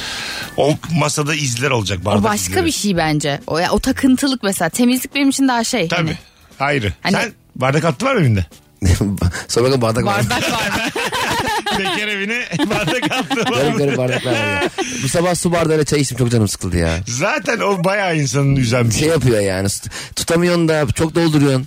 O masada izler olacak bardak O başka izleri. bir şey bence. O takıntılık mesela. Temizlik benim için daha şey. Tabii. Hani. Ayrı. Hani- Sen bardak altı var mı evinde? Sonra bakın bardak var. Bardak var mı? Bekar evine bardak altı var Garip mı? garip bardaklar var ya. Bu sabah su bardağıyla çay içtim, çok canım sıkıldı ya. Zaten o bayağı insanın üzen bir Şey şey. yapıyor yani, tutamıyorsun da çok dolduruyorsun.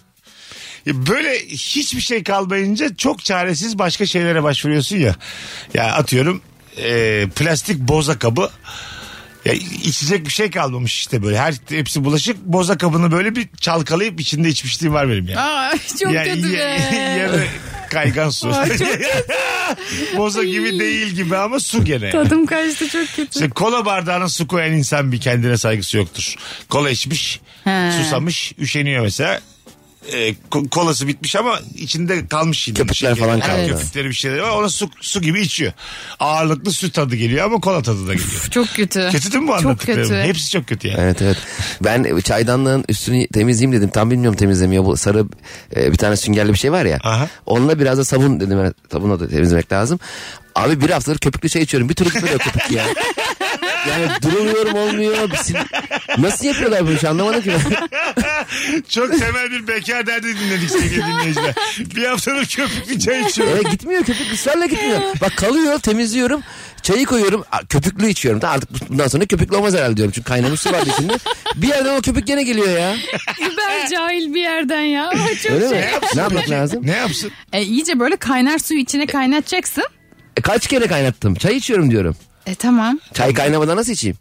Böyle hiçbir şey kalmayınca çok çaresiz başka şeylere başvuruyorsun ya. Ya atıyorum plastik boza kabı. Ya içecek bir şey kalmamış işte böyle. Hepsi bulaşık. Boza kabını böyle bir çalkalayıp içinde içmişliğim var benim yani. Aa, çok Ya, kötü be. yarı kaygan su. Aa, çok Boza gibi değil gibi ama su gene. Yani. Tadım kaçtı, çok kötü. İşte kola bardağına su koyan insan bir kendine saygısı yoktur. Kola içmiş, susamış, üşeniyor mesela. Kolası bitmiş ama içinde kalmış yine. Köpükler falan kaldı. Evet. Köpükleri bir şeyler var. Ona su gibi içiyor. Ağırlıklı su tadı geliyor ama kola tadı da geliyor. Çok kötü. Kötü değil mi bu Çok anlattıklarım? kötü. Hepsi çok kötü yani. Evet. Ben çaydanlığın üstünü temizleyeyim dedim. Tam bilmiyorum temizlemiyor. Bu sarı bir tane süngerli bir şey var ya. Aha. Onunla biraz da sabun dedim. Yani, sabunla da temizlemek lazım. Abi bir haftadır köpüklü çay içiyorum. Bir türlü gitmiyor köpük ya. Yani duramıyorum, olmuyor. Nasıl yapıyorlar bunu hiç anlamadım ki. Çok temel bir bekar derdi dinledik sevgili dinleyiciler. Bir haftadır köpüklü çay içiyorum. Evet, gitmiyor köpük, ısrarla gitmiyor. Bak kalıyor, temizliyorum. Çayı koyuyorum, köpüklü içiyorum. Da artık bundan sonra köpüklü olmaz herhalde diyorum. Çünkü kaynamış su vardı içinde. Bir yerden o köpük gene geliyor ya. Ben cahil bir yerden ya. Ama çok Öyle şey. mi? Ne yapmak lazım? Ne yapsın? İyice böyle kaynar suyu içine kaynatacaksın. Kaç kere kaynattım? Çay içiyorum diyorum. Tamam. Çay kaynamadan nasıl içeyim?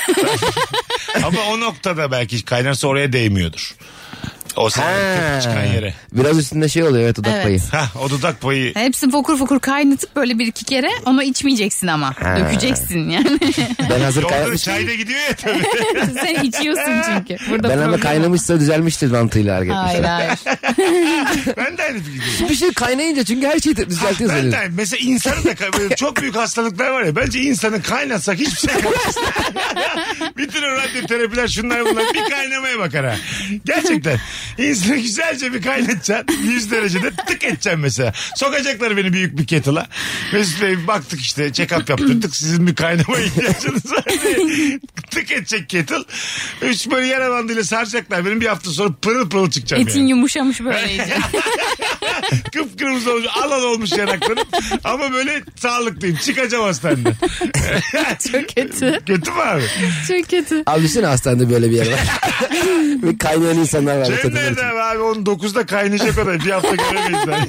Ama o noktada belki kaynarsa oraya değmiyordur. O senin köpük çıkan yere. Biraz üstünde şey oluyor, evet, dudak Evet. payı. O dudak payı. Hepsini fokur fokur kaynatıp böyle bir iki kere onu içmeyeceksin ama. Dökeceksin yani. Ben hazır Yolda kaynatmıştım. çay da gidiyor ya tabii. Sen içiyorsun çünkü. Burada Ben ama problem kaynamışsa düzelmiştir mantığıyla hareket Hayır etmişler. hayır. Ben de aynı fikirdeyim. Bir şey kaynayınca çünkü her şeyi düzeltiyor Ben de sanıyorsun. aynı. Mesela insanın da böyle çok büyük hastalıklar var ya. Bence insanı kaynatsak hiçbir şey yapamaz. Bütün o radyoterapiler şunlar bunlar bir kaynamaya bakar ha. Gerçekten. İnsanı güzelce bir kaynatacaksın. 100 derecede tık edeceksin mesela. Sokacaklar beni büyük bir kettle'a. Mesut Bey baktık işte check-up yaptırdık. Sizin bir kaynama ihtiyacınız var diye. Tık edecek kettle. Üç böyle yara bandıyla saracaklar. Benim bir hafta sonra pırıl pırıl çıkacağım Etin yani. yumuşamış böylece. Kıpkırmızı olmuş, alan olmuş yanaklarım. Ama böyle sağlıklıyım. Çıkacağım hastaneden. Çok kötü. Kötü mü abi? Çok kötü. Abi düşünsene hastanede böyle bir yer var. Ve kaynayan insanlar var. Cem nerede abi? Onun 9'da kaynayacak o da. Bir hafta göremeyiz ben.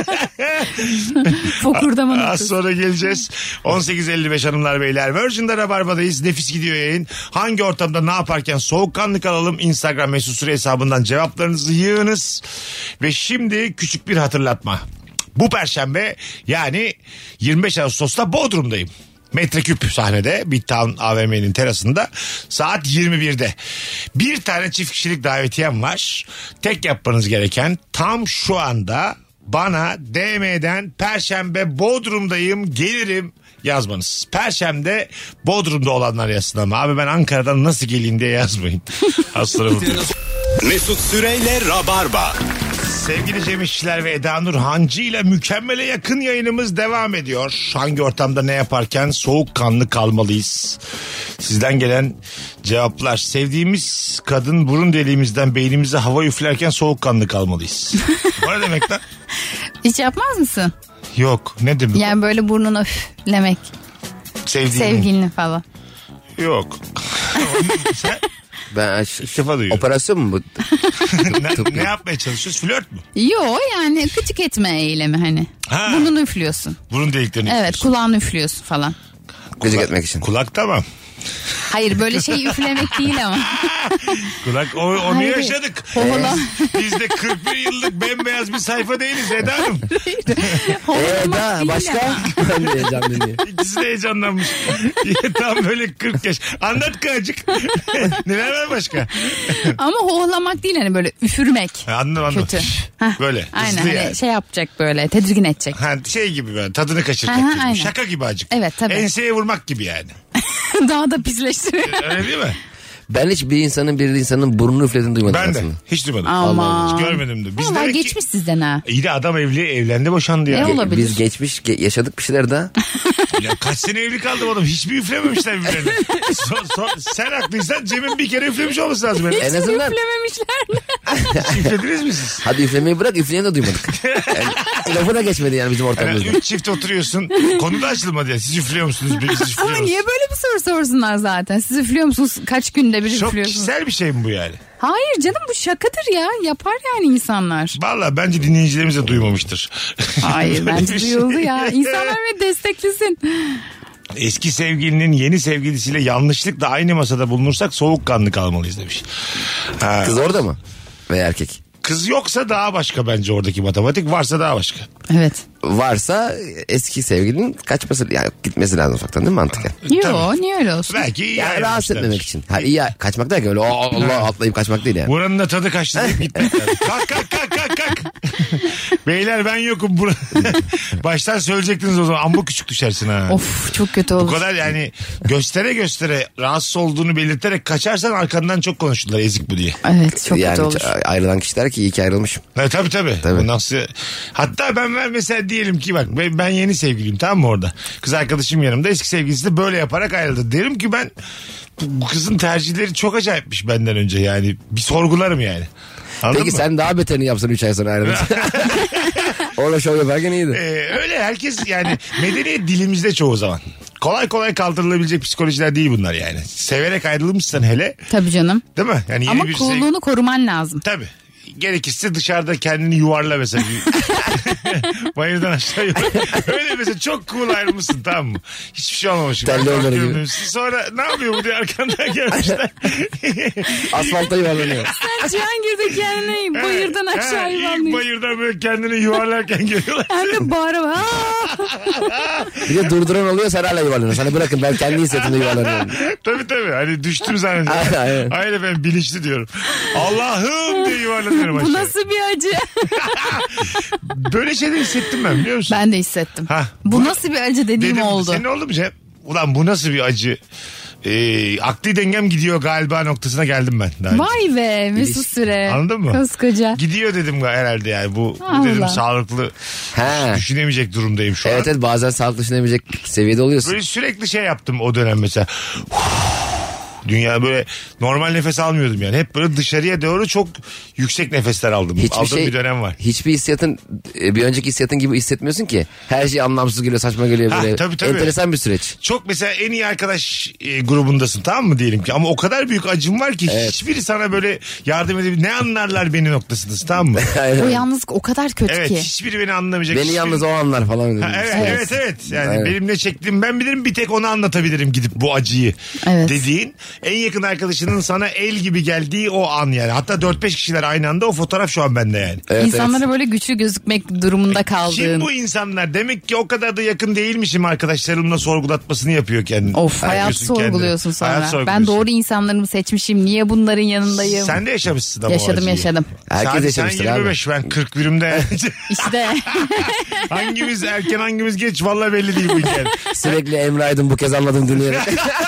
Fokurdaman Az sonra geleceğiz. 18.55 hanımlar beyler. Virgin'de Rabarba'dayız. Nefis gidiyor yayın. Hangi ortamda ne yaparken soğukkanlı kalalım? Instagram mesut süre hesabından cevaplarınızı yığınız. Ve şimdi küçük bir hatırlatma. Bu perşembe yani 25 Ağustos'ta Bodrum'dayım. Metreküp sahnede Midtown AVM'nin terasında saat 21'de. Bir tane çift kişilik davetiyem var. Tek yapmanız gereken tam şu anda bana DM'den Perşembe Bodrum'dayım gelirim yazmanız. Perşembe Bodrum'da olanlar yazsın ama abi ben Ankara'dan nasıl geleyim diye yazmayın. Aslanım. Mesut Süreyle Rabarba. Sevgili Cem İşçiler ve Eda Nur Hancı ile mükemmele yakın yayınımız devam ediyor. Hangi ortamda ne yaparken soğukkanlı kalmalıyız? Sizden gelen cevaplar. Sevdiğimiz kadın burun deliğimizden beynimize hava üflerken soğukkanlı kalmalıyız. O ne demek lan? Hiç yapmaz mısın? Yok, ne demek? Yani böyle burnunu üflemek. Sevgilini falan. Yok. Sen Ben ilk defa duyuyorum. operasyon mu bu? Ne yapmaya çalışıyoruz? Flört mü? Yo yani küçük etme eylemi hani. Ha. Burnunu üflüyorsun. Burun deliklerini Evet, üflüyorsun. kulağını üflüyorsun falan. Gıcık etmek için. Kulak tamam. Hayır böyle şey üflemek değil ama. Kulak onu Hayır. yaşadık. Hohola. Biz de 41 yıllık bembeyaz bir sayfa değiliz Eda Hanım. Eda başka? Ben de heyecanlıyım. İkisi de heyecanlanmış. Tam böyle 40 yaş. Anlat kacık. Neler var başka? Ama hohlamak değil hani böyle üfürmek. Anladım. Kötü. Hah, Böyle. Aynen hızlı hani yani. şey yapacak böyle tedirgin edecek. Ha, şey gibi böyle tadını kaçıracak Aha, gibi. aynen. Şaka gibi acık. Evet, tabii. Enseye vurmak gibi yani. Daha da pisleştiriyor. Öyle değil mi? Ben hiç bir insanın burnunu üflediğini duymadım Ben de. aslında. Hiç duymadım. Aman. Hiç görmedim de. Biz Valla demek ki geçmiş sizden ha. iyi de adam evlendi boşandı ya. Ne olabilir? Biz geçmiş yaşadık bir şeyler daha. Ya kaç sene evli kaldım oğlum. Hiç mi üflememişler birbirlerine? Sen haklıysan Cem'in bir kere üflemiş olması lazım. En azından Üflememişler. Hiç üflediniz mi siz? hadi üflemeyi bırak üfleyeni de duymadık. Yani, lafı da geçmedi yani bizim Yani ortamımızda. 3 çift oturuyorsun. Konu da açılmadı ya. Siz üflüyor musunuz? Biz üflüyoruz. Ama niye böyle bir soru sorsunlar zaten? Siz üflüyor musunuz? Kaç günde bir Çok üflüyorsunuz? kişisel bir şey mi bu yani? Hayır canım bu şakadır ya. Yapar yani insanlar. Valla bence dinleyicilerimiz de duymamıştır. Hayır bence Böyle bir şey. duyuldu ya. İnsanlar beni desteklesin. Eski sevgilinin yeni sevgilisiyle yanlışlıkla aynı masada bulunursak soğukkanlı kalmalıyız demiş. Ha, Kız orada mı? Veya erkek? kız yoksa daha başka bence oradaki matematik. Varsa daha başka. Evet. Varsa eski sevgilinin kaçması yani gitmesi lazım ufaktan değil mi mantıken? Yo Tabii. niye öyle olsun? Belki iyi Yani rahatsız ayarlamışlardır. etmemek için. Ha, iyi kaçmak derken öyle Allah atlayıp kaçmak değil yani. Buranın da tadı kaçtı deyip gitmek lazım. Kalk. Beyler ben yokum. Baştan söyleyecektiniz o zaman. Amma küçük düşersin ha. Of çok kötü Bu olur. kadar yani göstere rahatsız olduğunu belirterek kaçarsan arkandan çok konuşurlar ezik bu diye. Evet çok Yani kötü olur. ayrılan kişi der ki iyi ki ayrılmışım. Tabii. Bu nasıl... Hatta ben mesela diyelim ki bak ben yeni sevgiliyim tamam mı orada? Kız arkadaşım yanımda eski sevgilisi de böyle yaparak ayrıldı. Derim ki ben bu kızın tercihleri çok acayipmiş benden önce yani. Bir sorgularım yani. Anladın Peki mı? sen daha beterini yapsan 3 ay sonra ayrılmışsın. Orada şov yaparken iyiydi. Öyle herkes yani medeniyet dilimizde çoğu zaman. Kolay kolay kaldırılabilecek psikolojiler değil bunlar yani. Severek ayrılmışsan hele Tabii canım. değil mi? Yani yeni Ama bir coolluğunu koruman lazım. Tabii. Gerekirse dışarıda kendini yuvarla mesela. Bayırdan aşağı yuvarla. Öyle mesela çok cool ayrılmışsın tamam mı? Hiçbir şey olmamış. Telli olur gibi. Sonra ne yapıyor bu diye arkandan gelmişler. Asfalta yuvarlanıyor. Sen Cihangir'de kendini bayırdan aşağı İlk yuvarlıyorsun. bayırdan böyle kendini yuvarlarken görüyorlar. Hem de bağıra Bir de durduran oluyor sen hala yuvarlanıyorsun. Hani bırakın ben kendi hissettimde yuvarlanıyorum. Tabii. Hani düştüm zannediyorum. Aynen. Hayır ben bilinçli diyorum. Allah'ım diye yuvarlanıyorum aşağı. bu nasıl bir acı? Böyle şeyler hissettim ben biliyor musun? Ben de hissettim. Ha, bu nasıl bir acı dediğim Dedim, oldu. Senin oldu mu Cem? Ulan bu nasıl bir acı? Akli dengem gidiyor galiba noktasına geldim ben. Daha önce. Vay be Mesut Süre. Anladın mı? Koskoca. Gidiyor dedim herhalde yani. Bu Allah. dedim sağlıklı He. düşünemeyecek durumdayım şu an. Evet bazen sağlıklı düşünemeyecek seviyede oluyorsun. Böyle sürekli şey yaptım o dönem mesela. Dünya böyle normal nefes almıyordum yani. Hep böyle dışarıya doğru çok yüksek nefesler aldım. Aldığım bir dönem var. Hiçbir hissiyatın bir önceki hissiyatın gibi hissetmiyorsun ki. Her şey anlamsız geliyor, saçma geliyor böyle. Tabii. Enteresan bir süreç. Çok mesela en iyi arkadaş grubundasın tamam mı diyelim ki. Ama o kadar büyük acım var ki hiçbiri sana böyle yardım edebilir. Ne anlarlar beni noktasındasın tamam mı? Aynen. O yalnızlık o kadar kötü Evet ki. hiçbiri beni anlamayacak. Beni yalnız o anlar falan. Evet. Yani Aynen. benim ne çektiğimi ben bilirim bir tek onu anlatabilirim gidip bu acıyı Evet. dediğin. en yakın arkadaşının sana el gibi geldiği o an yani. Hatta 4-5 kişiler aynı anda, o fotoğraf şu an bende yani. Evet, İnsanlara böyle güçlü gözükmek durumunda kaldığın. Kim bu insanlar? Demek ki o kadar da yakın değilmişim, arkadaşlarımla sorgulatmasını yapıyor kendini. Of, hayat Yapıyorsun sorguluyorsun kendini. Hayat sonra. sorguluyorsun. Ben doğru insanlarımı seçmişim. Niye bunların yanındayım? Sen de yaşamışsın ama o Yaşadım acıyı. yaşadım. Herkes yaşamıştır sen abi. 25 ben 40 birimde. İşte. Hangimiz erken hangimiz geç vallahi belli değil bu hikaye. Sürekli Emre Aydın bu kez anladım dinleyerek.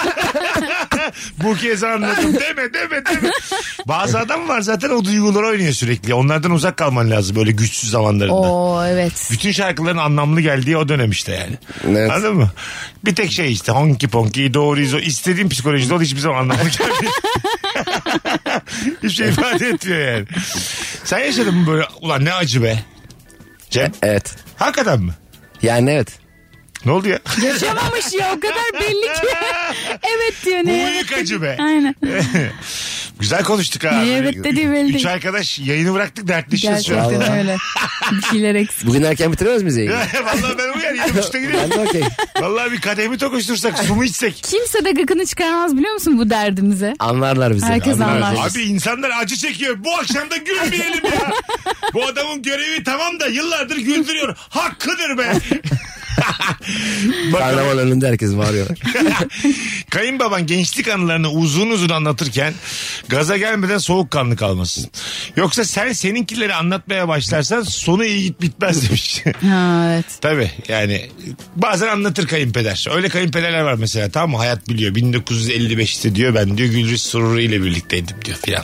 Bu kez anladım. Deme. Bazı adam var zaten, o duyguları oynuyor sürekli. Onlardan uzak kalman lazım böyle güçsüz zamanlarında. Oo evet. Bütün şarkıların anlamlı geldiği o dönem işte yani. Evet. Anladın mı? Bir tek şey işte honky ponky doğruyuz o. İstediğim psikolojide o da hiçbir zaman anlamlı gelmiyor. Hiçbir şey ifade etmiyor yani. Sen yaşadın mı böyle, ulan ne acı be? Cem? Evet. Hakikaten mi? Yani evet. Ne oldu ya? Yaşamamış ya, o kadar belli ki. Evet diyor, Bu ne büyük evet acı be. Aynen. Güzel konuştuk ha. Ne evet dediği belli. 3 arkadaş yayını bıraktık, dertleşiyoruz şu an. Gerçekten öyle. Bir şeyler eksik. Bugün erken bitiremez miyiz yayını? Vallahi ben uyar 7.30'da gidelim. Ben de okey. Vallahi bir kadehimi tokuştursak, su mu içsek? Kimse de gıkını çıkarmaz biliyor musun bu derdimize? Anlarlar bizi. Herkes anlar. Abi insanlar acı çekiyor. Bu akşam da gülmeyelim ya. Bu adamın görevi tamam da yıllardır güldürüyor. Hakkıdır be. Karnaval önünde herkes bağırıyorlar. Kayınbaban gençlik anılarını uzun uzun anlatırken gaza gelmeden soğukkanlı kalmasın. Yoksa sen seninkileri anlatmaya başlarsan sonu iyi bitmez demiş. Ha evet. Tabii yani bazen anlatır kayınpeder. Öyle kayınpederler var mesela, tamam mı? Hayat biliyor. 1955'te diyor ben diyor Gülriz Sururu ile birlikteydim diyor filan.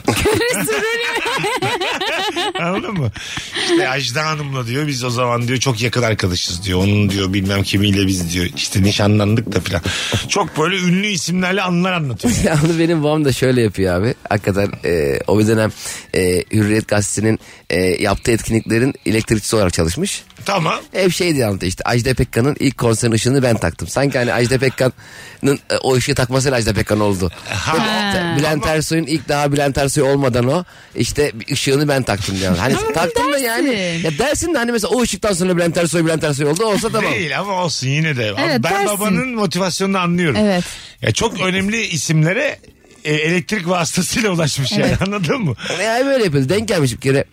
Anladın mı? İşte Ajda Hanım'la diyor biz o zaman diyor çok yakın arkadaşız diyor. Onun diyor bilmem kimiyle biz diyor işte nişanlandık da filan. Çok böyle ünlü isimlerle anılar anlatıyor. Yani benim babam da şöyle yapıyor abi. Hakikaten o bir dönem Hürriyet Gazetesi'nin yaptığı etkinliklerin elektrikçisi olarak çalışmış. Tamam. Hep şey diye anlatıyor işte Ajda Pekkan'ın ilk konserin ışığını ben taktım. Sanki hani Ajda Pekkan'ın o ışığı takmasıyla Ajda Pekkan oldu. Bülent Ersoy'un ilk daha Bülent Ersoy olmadan o işte ışığını ben taktım diyor. Hani taktım da yani. Ya dersin de hani mesela o ışıktan sonra Bülent Ersoy oldu olsa tamam. Değil ama olsun yine de. Evet, ben dersin. babanın motivasyonunu anlıyorum. Evet. Ya çok önemli isimlere elektrik vasıtasıyla ulaşmış yani, anladın mı? Yani böyle yapıyoruz. Denk gelmiş bir kere.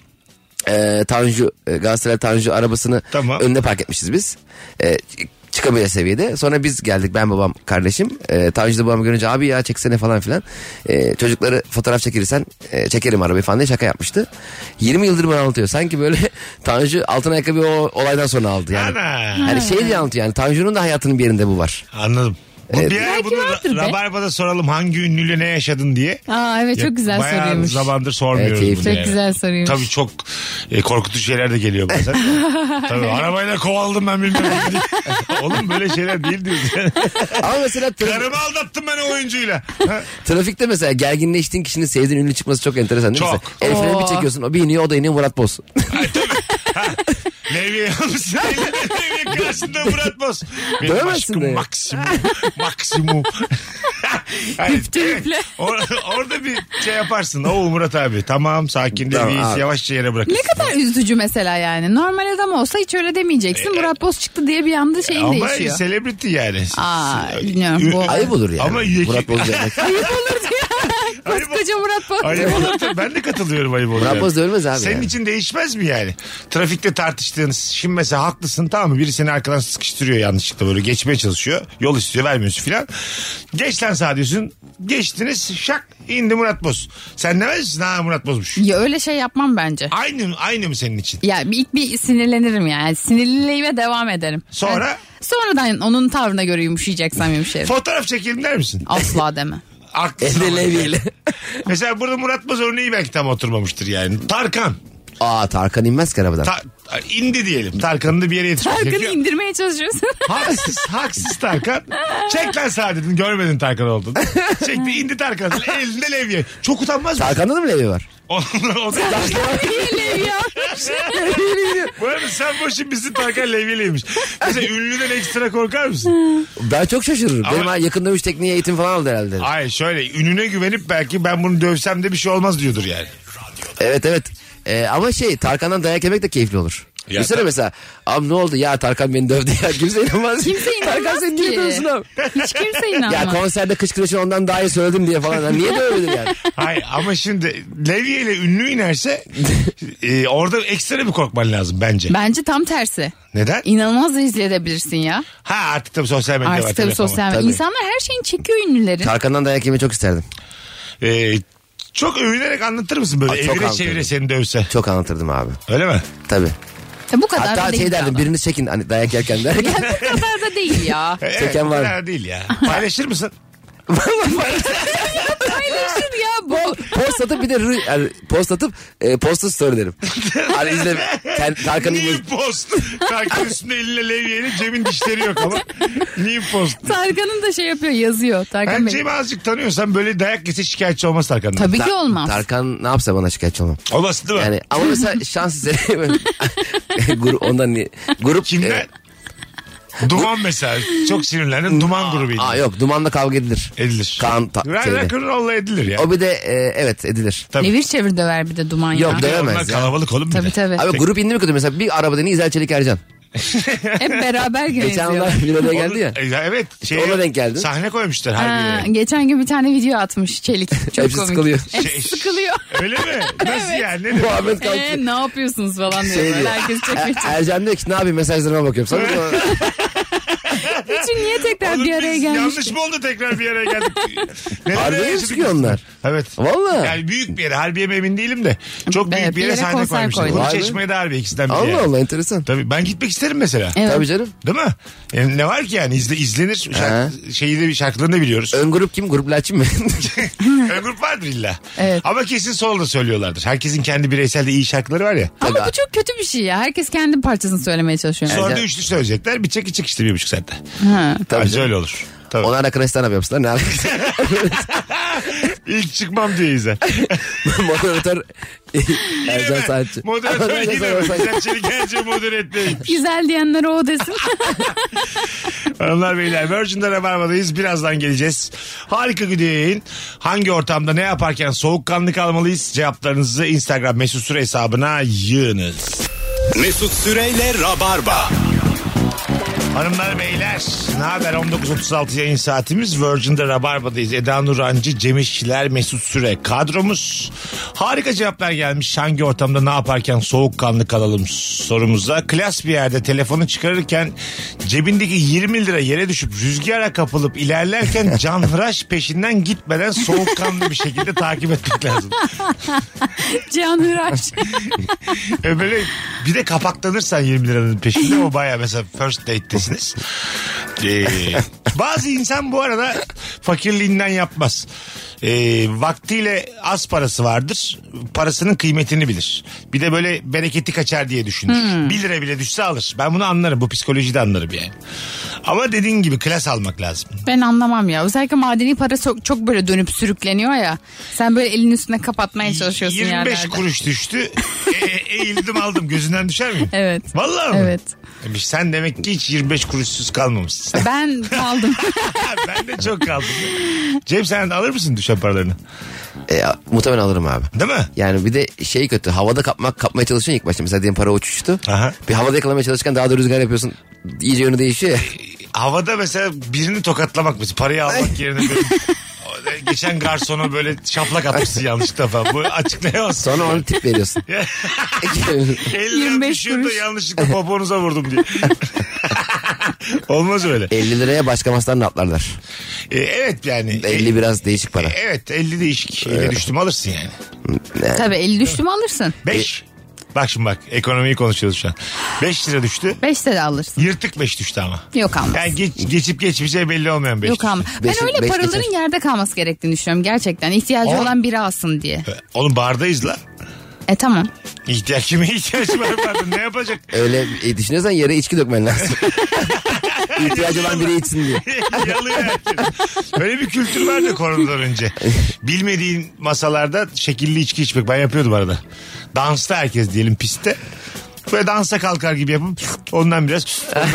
Tanju Galatasaray Tanju arabasını önüne park etmişiz biz. Çıkamıyor seviyede. Sonra biz geldik, ben babam kardeşim. Tanju da babamı görünce abi ya çeksene falan filan. Çocukları fotoğraf çekilirsen çekerim arabayı falan diye şaka yapmıştı. 20 yıldır bana anlatıyor. Sanki böyle Tanju altın ayakkabı o olaydan sonra aldı yani. Hani şey diye anlatıyor yani Tanju'nun da hayatının bir yerinde bu var. Anladım. Evet. Bir ara bunu Rabarba'da soralım hangi ünlüyle ne yaşadın diye. Aa evet çok güzel bayağı soruyormuş. zamandır sormuyoruz Evet, bunu çok yani. güzel soruyormuş. Tabii çok korkutucu şeyler de geliyor bazen. Tabii arabayla kovaladım ben bilmem. Oğlum böyle şeyler değil diyoruz. Ama mesela karımı aldattım ben o oyuncuyla. Trafikte mesela gerginleştiğin kişinin sevdiğin ünlü çıkması çok enteresan değil mi? Çok. El freni bir çekiyorsun, o bir iniyor, o da iniyor, Murat Boz. Ay, tabii. Levye almışsın. Levye karşısında Murat Boz. Benim Dövemezsin aşkım de. maksimum. Hayır, Tüple. orada bir şey yaparsın. Oo Murat abi tamam sakin Tamam, Levye'yi abi. yavaşça yere bırakırsın. Ne kadar üzücü mesela yani. Normal adam olsa hiç öyle demeyeceksin. Murat Boz çıktı diye bir anda şeyin Ama değişiyor. celebrity yani. Aa, bilmiyorum. Bu... Ayıp olur yani. Ama Murat Boz demek. Ayıp olur diyor. Koskoca Murat Boz. Ayıp olur. Ben de katılıyorum ayıp olur. Murat Boz da ölmez abi. Senin yani. için değişmez mi yani? Trafikte tartıştığınız, şimdi mesela haklısın tamam mı? Biri seni arkadan sıkıştırıyor yanlışlıkla, böyle geçmeye çalışıyor. Yol istiyor, vermiyorsun filan. Geç lan sağa diyorsun. Geçtiniz şak indi Murat Boz. Sen ne versin? Ha Murat Boz'muş. Ya öyle şey yapmam bence. Aynı mı senin için? Ya ilk bir sinirlenirim yani. Sinirliliğime devam ederim. Sonra? Yani sonradan onun tavrına göre yumuşayacaksam yumuşarım. Fotoğraf çekelim der misin? Asla deme. Haklısın Elde ama. Levye'yle. Mesela burada Murat Boz örneği belki tam oturmamıştır yani. Tarkan. Tarkan inmez ki arabadan. İndi diyelim. Tarkan'ı da bir yere yetişmiş. Tarkan'ı indirmeye çalışıyorsun. Haksız Tarkan. Çek lan sağa dedin, görmedin Tarkan olduğunu. Çekti indi Tarkan. Elinde levye. Çok utanmaz mı? Tarkan'da da mı levye var? O da bu arada sen boşun misin, Tarkan levyeliymiş. Mesela ünlüden ekstra korkar mısın? Ben çok şaşırırım. Ama- Benim yakın dövüş tekniği eğitim falan aldı herhalde. Hayır şöyle ününe güvenip belki ben bunu dövsem de bir şey olmaz diyordur yani. Evet. Ama Tarkan'dan dayak yemek de keyifli olur. Ya Düşünsene mesela. Abi ne oldu ya Tarkan beni dövdü ya. Kimse inanmaz. Kimse inanmaz Tarkan seni niye ki. dövsün abi? Hiç kimse inanmaz. Ya konserde kışkırışın ondan daha iyi söyledim diye falan. Yani niye dövebilir yani? Hayır ama şimdi Levye ile ünlü inerse orada ekstra bir korkman lazım bence. Bence tam tersi. Neden? İnanılmaz rezil edebilirsin ya. Ha artık tabii sosyal medya var. Artık tabii telefon var. sosyal medya. Tabii. İnsanlar her şeyini çekiyor ünlülerin. Tarkan'dan dayak yemeyi çok isterdim. Çok övünerek anlatır mısın böyle Çok evire anlatırım. çevire seni dövse? Çok anlatırdım abi. Öyle mi? Tabii. Bu kadar da Hatta değil. şey derdim ama. birini çekin hani dayak yerken derken. Ya bu kadar da değil ya. Evet, Çeken bu var. kadar değil ya. Paylaşır mısın? Paylaşır ya bu. Post atıp bir de yani post atıp posta story derim. Hani izle Tarkan'ın New post. Tarkan üstünde eline levyeyle Cem'in dişleri yok ama. New post. Tarkan'ın da şey yapıyor, yazıyor. Tarkan Ben Bey. Cem'i azıcık tanıyorsam böyle dayak yese şikayetçi olmaz Tarkan'dan. Tabii ki olmaz. Tarkan ne yapsa bana şikayetçi olmam. Olmasın değil mi? Yani ama mesela şans eseri grup ondan niye? Grup Kimden? Duman mesela. Çok sinirlendin. Duman grubuydu. yok Duman'la kavga edilir. Edilir. Kaan şeyde. Rock'n'roll'la edilir ya. O bir de evet edilir. Tabii. Nevir çevir döver bir de Duman ya. Yok, dövemez Onlar ya. kalabalık oğlum bir Tabii de. tabii. Abi grup indi mi kötü mesela bir arabada ne İzel Çelik Ercan. Hep beraber Geçen geziyor. onlar bir araya geldi ya. Evet. Ona denk geldin. Sahne koymuşlar Ha, harbiye. geçen gün bir tane video atmış Çelik. Çok Hepsi komik. sıkılıyor. Hepsi sıkılıyor. Öyle mi? Nasıl yani? Ne demek? Muhabbet kalktı. Ne yapıyorsunuz falan diyor. Şey Böyle diyor. herkes çekmek için. Ercan diyor ki ne yapayım mesajlarıma bakıyorum. Sana Bütün niye tekrar Oğlum bir araya biz gelmiş? yanlış mı oldu tekrar bir araya geldik? Harbiye mi yaşadık çıkıyor biz? onlar? Evet. Valla. Yani büyük bir yere. Harbiye mi emin değilim de. Çok büyük Evet, bir yere sahne konser koymuşlar. koydular. Vay be. Kuruçeşme'de Harbiye ikisinden biri. Allah yani. Allah enteresan. Tabii ben gitmek isterim mesela. Evet. Tabii canım. Değil mi? Yani ne var ki yani izlenir. Şeyi de şarkılarını da biliyoruz. Ön grup kim? Grup Laçin mi? Ön grup vardır illa. Evet. Ama kesin solo da söylüyorlardır. Herkesin kendi bireysel de iyi şarkıları var ya. Ama Tabii. bu çok kötü bir şey ya. Herkes kendi parçasını söylemeye çalışıyor. Sonra da üçlü söyleyecekler. Bir çek işte 1,5 saatte. Ha. Tabii öyle olur. Tabii. Onlar da Kıraç'tan yapmışlar. Ne yapmışlar? İlk çıkmam diye izle. Moderatör Ercan Saatçi. Moderatör yine mi? Güzel Çelik Ercan moderatörüymüş. Güzel diyenler o desin. Hanımlar beyler Virgin'de Rabarba'dayız. Birazdan geleceğiz. Harika gün. Hangi ortamda ne yaparken soğukkanlı kalmalıyız? Cevaplarınızı Instagram Mesut Süre hesabına yığınız. Mesut Süreyle Rabarba. Hanımlar beyler ne haber 19.36 yayın saatimiz Virgin'de Rabarba'dayız. Eda Nurancı, Cem İşçiler, Mesut Süre kadromuz. Harika cevaplar gelmiş. Hangi ortamda ne yaparken soğukkanlı kalalım sorumuza. Klas bir yerde telefonu çıkarırken cebindeki 20 lira yere düşüp rüzgara kapılıp ilerlerken canhıraş peşinden gitmeden soğukkanlı bir şekilde takip etmek lazım. Canhıraş. Böyle bir de kapaklanırsan 20 liranın peşinde o baya mesela first date'tesiniz. Bazı insan bu arada fakirliğinden yapmaz. Vaktiyle az parası vardır. Parasının kıymetini bilir. Bir de böyle bereketi kaçar diye düşünür. 1 lira bile düşse alır. Ben bunu anlarım. Bu psikolojiyi de anlarım yani. Ama dediğin gibi klas almak lazım. Ben anlamam ya. Özellikle madeni para çok böyle dönüp sürükleniyor ya. Sen böyle elinin üstüne kapatmaya çalışıyorsun 25 yerlerde. kuruş düştü. Eğildim aldım. Gözünden düşer miyim? Evet. Vallahi mi? Evet. Sen demek ki hiç 25 kuruşsuz kalmamışsın. Ben kaldım. Ben de çok kaldım. Cem sen alır mısın düşen paralarını? Muhtemelen alırım abi. Değil mi? Yani bir de şey kötü. Havada kapmaya çalışıyorsun ilk başta. Mesela diyelim para uçuştu. Aha. Bir havada yakalamaya çalışırken daha da rüzgar yapıyorsun. İyice yönü değişiyor ya. Havada mesela birini tokatlamak mesela parayı almak yerine böyle geçen garsona böyle şaplak atmışsın yanlışlıkla falan. Bu açıklayamazsın. Sonra onu tip veriyorsun. Elden 25 düşüyor da kuruş. yanlışlıkla poponuza vurdum diye. Olmaz öyle. 50 liraya başka maslarla atlarlar. Evet yani. 50 biraz değişik para. Evet 50 değişik. 50 düştüm alırsın yani. Tabii 50 düştü mü alırsın. 5. Bak şimdi bak ekonomiyi konuşuyoruz şu an. 5 lira düştü. 5 de alırsın. Yırtık 5 düştü ama. Yok almaz. Yani geçip geçmeyeceği belli olmayan 5 Yok düştü. almaz. Ben öyle beş paraların geçer. yerde kalması gerektiğini düşünüyorum gerçekten. İhtiyacı O- olan biri alsın diye. Oğlum bardayız la. Tamam. Kime ihtiyacı var barda ne yapacak? Öyle düşünüyorsan yere içki dökmen lazım. İhtiyacı olan biri içsin diye. Yalıyor herkes. Öyle bir kültür vardı koronadan önce. Bilmediğin masalarda şekilli içki içmek. Ben yapıyordum arada. Dansta herkes diyelim pistte. böyle dansa kalkar gibi yapıp ondan biraz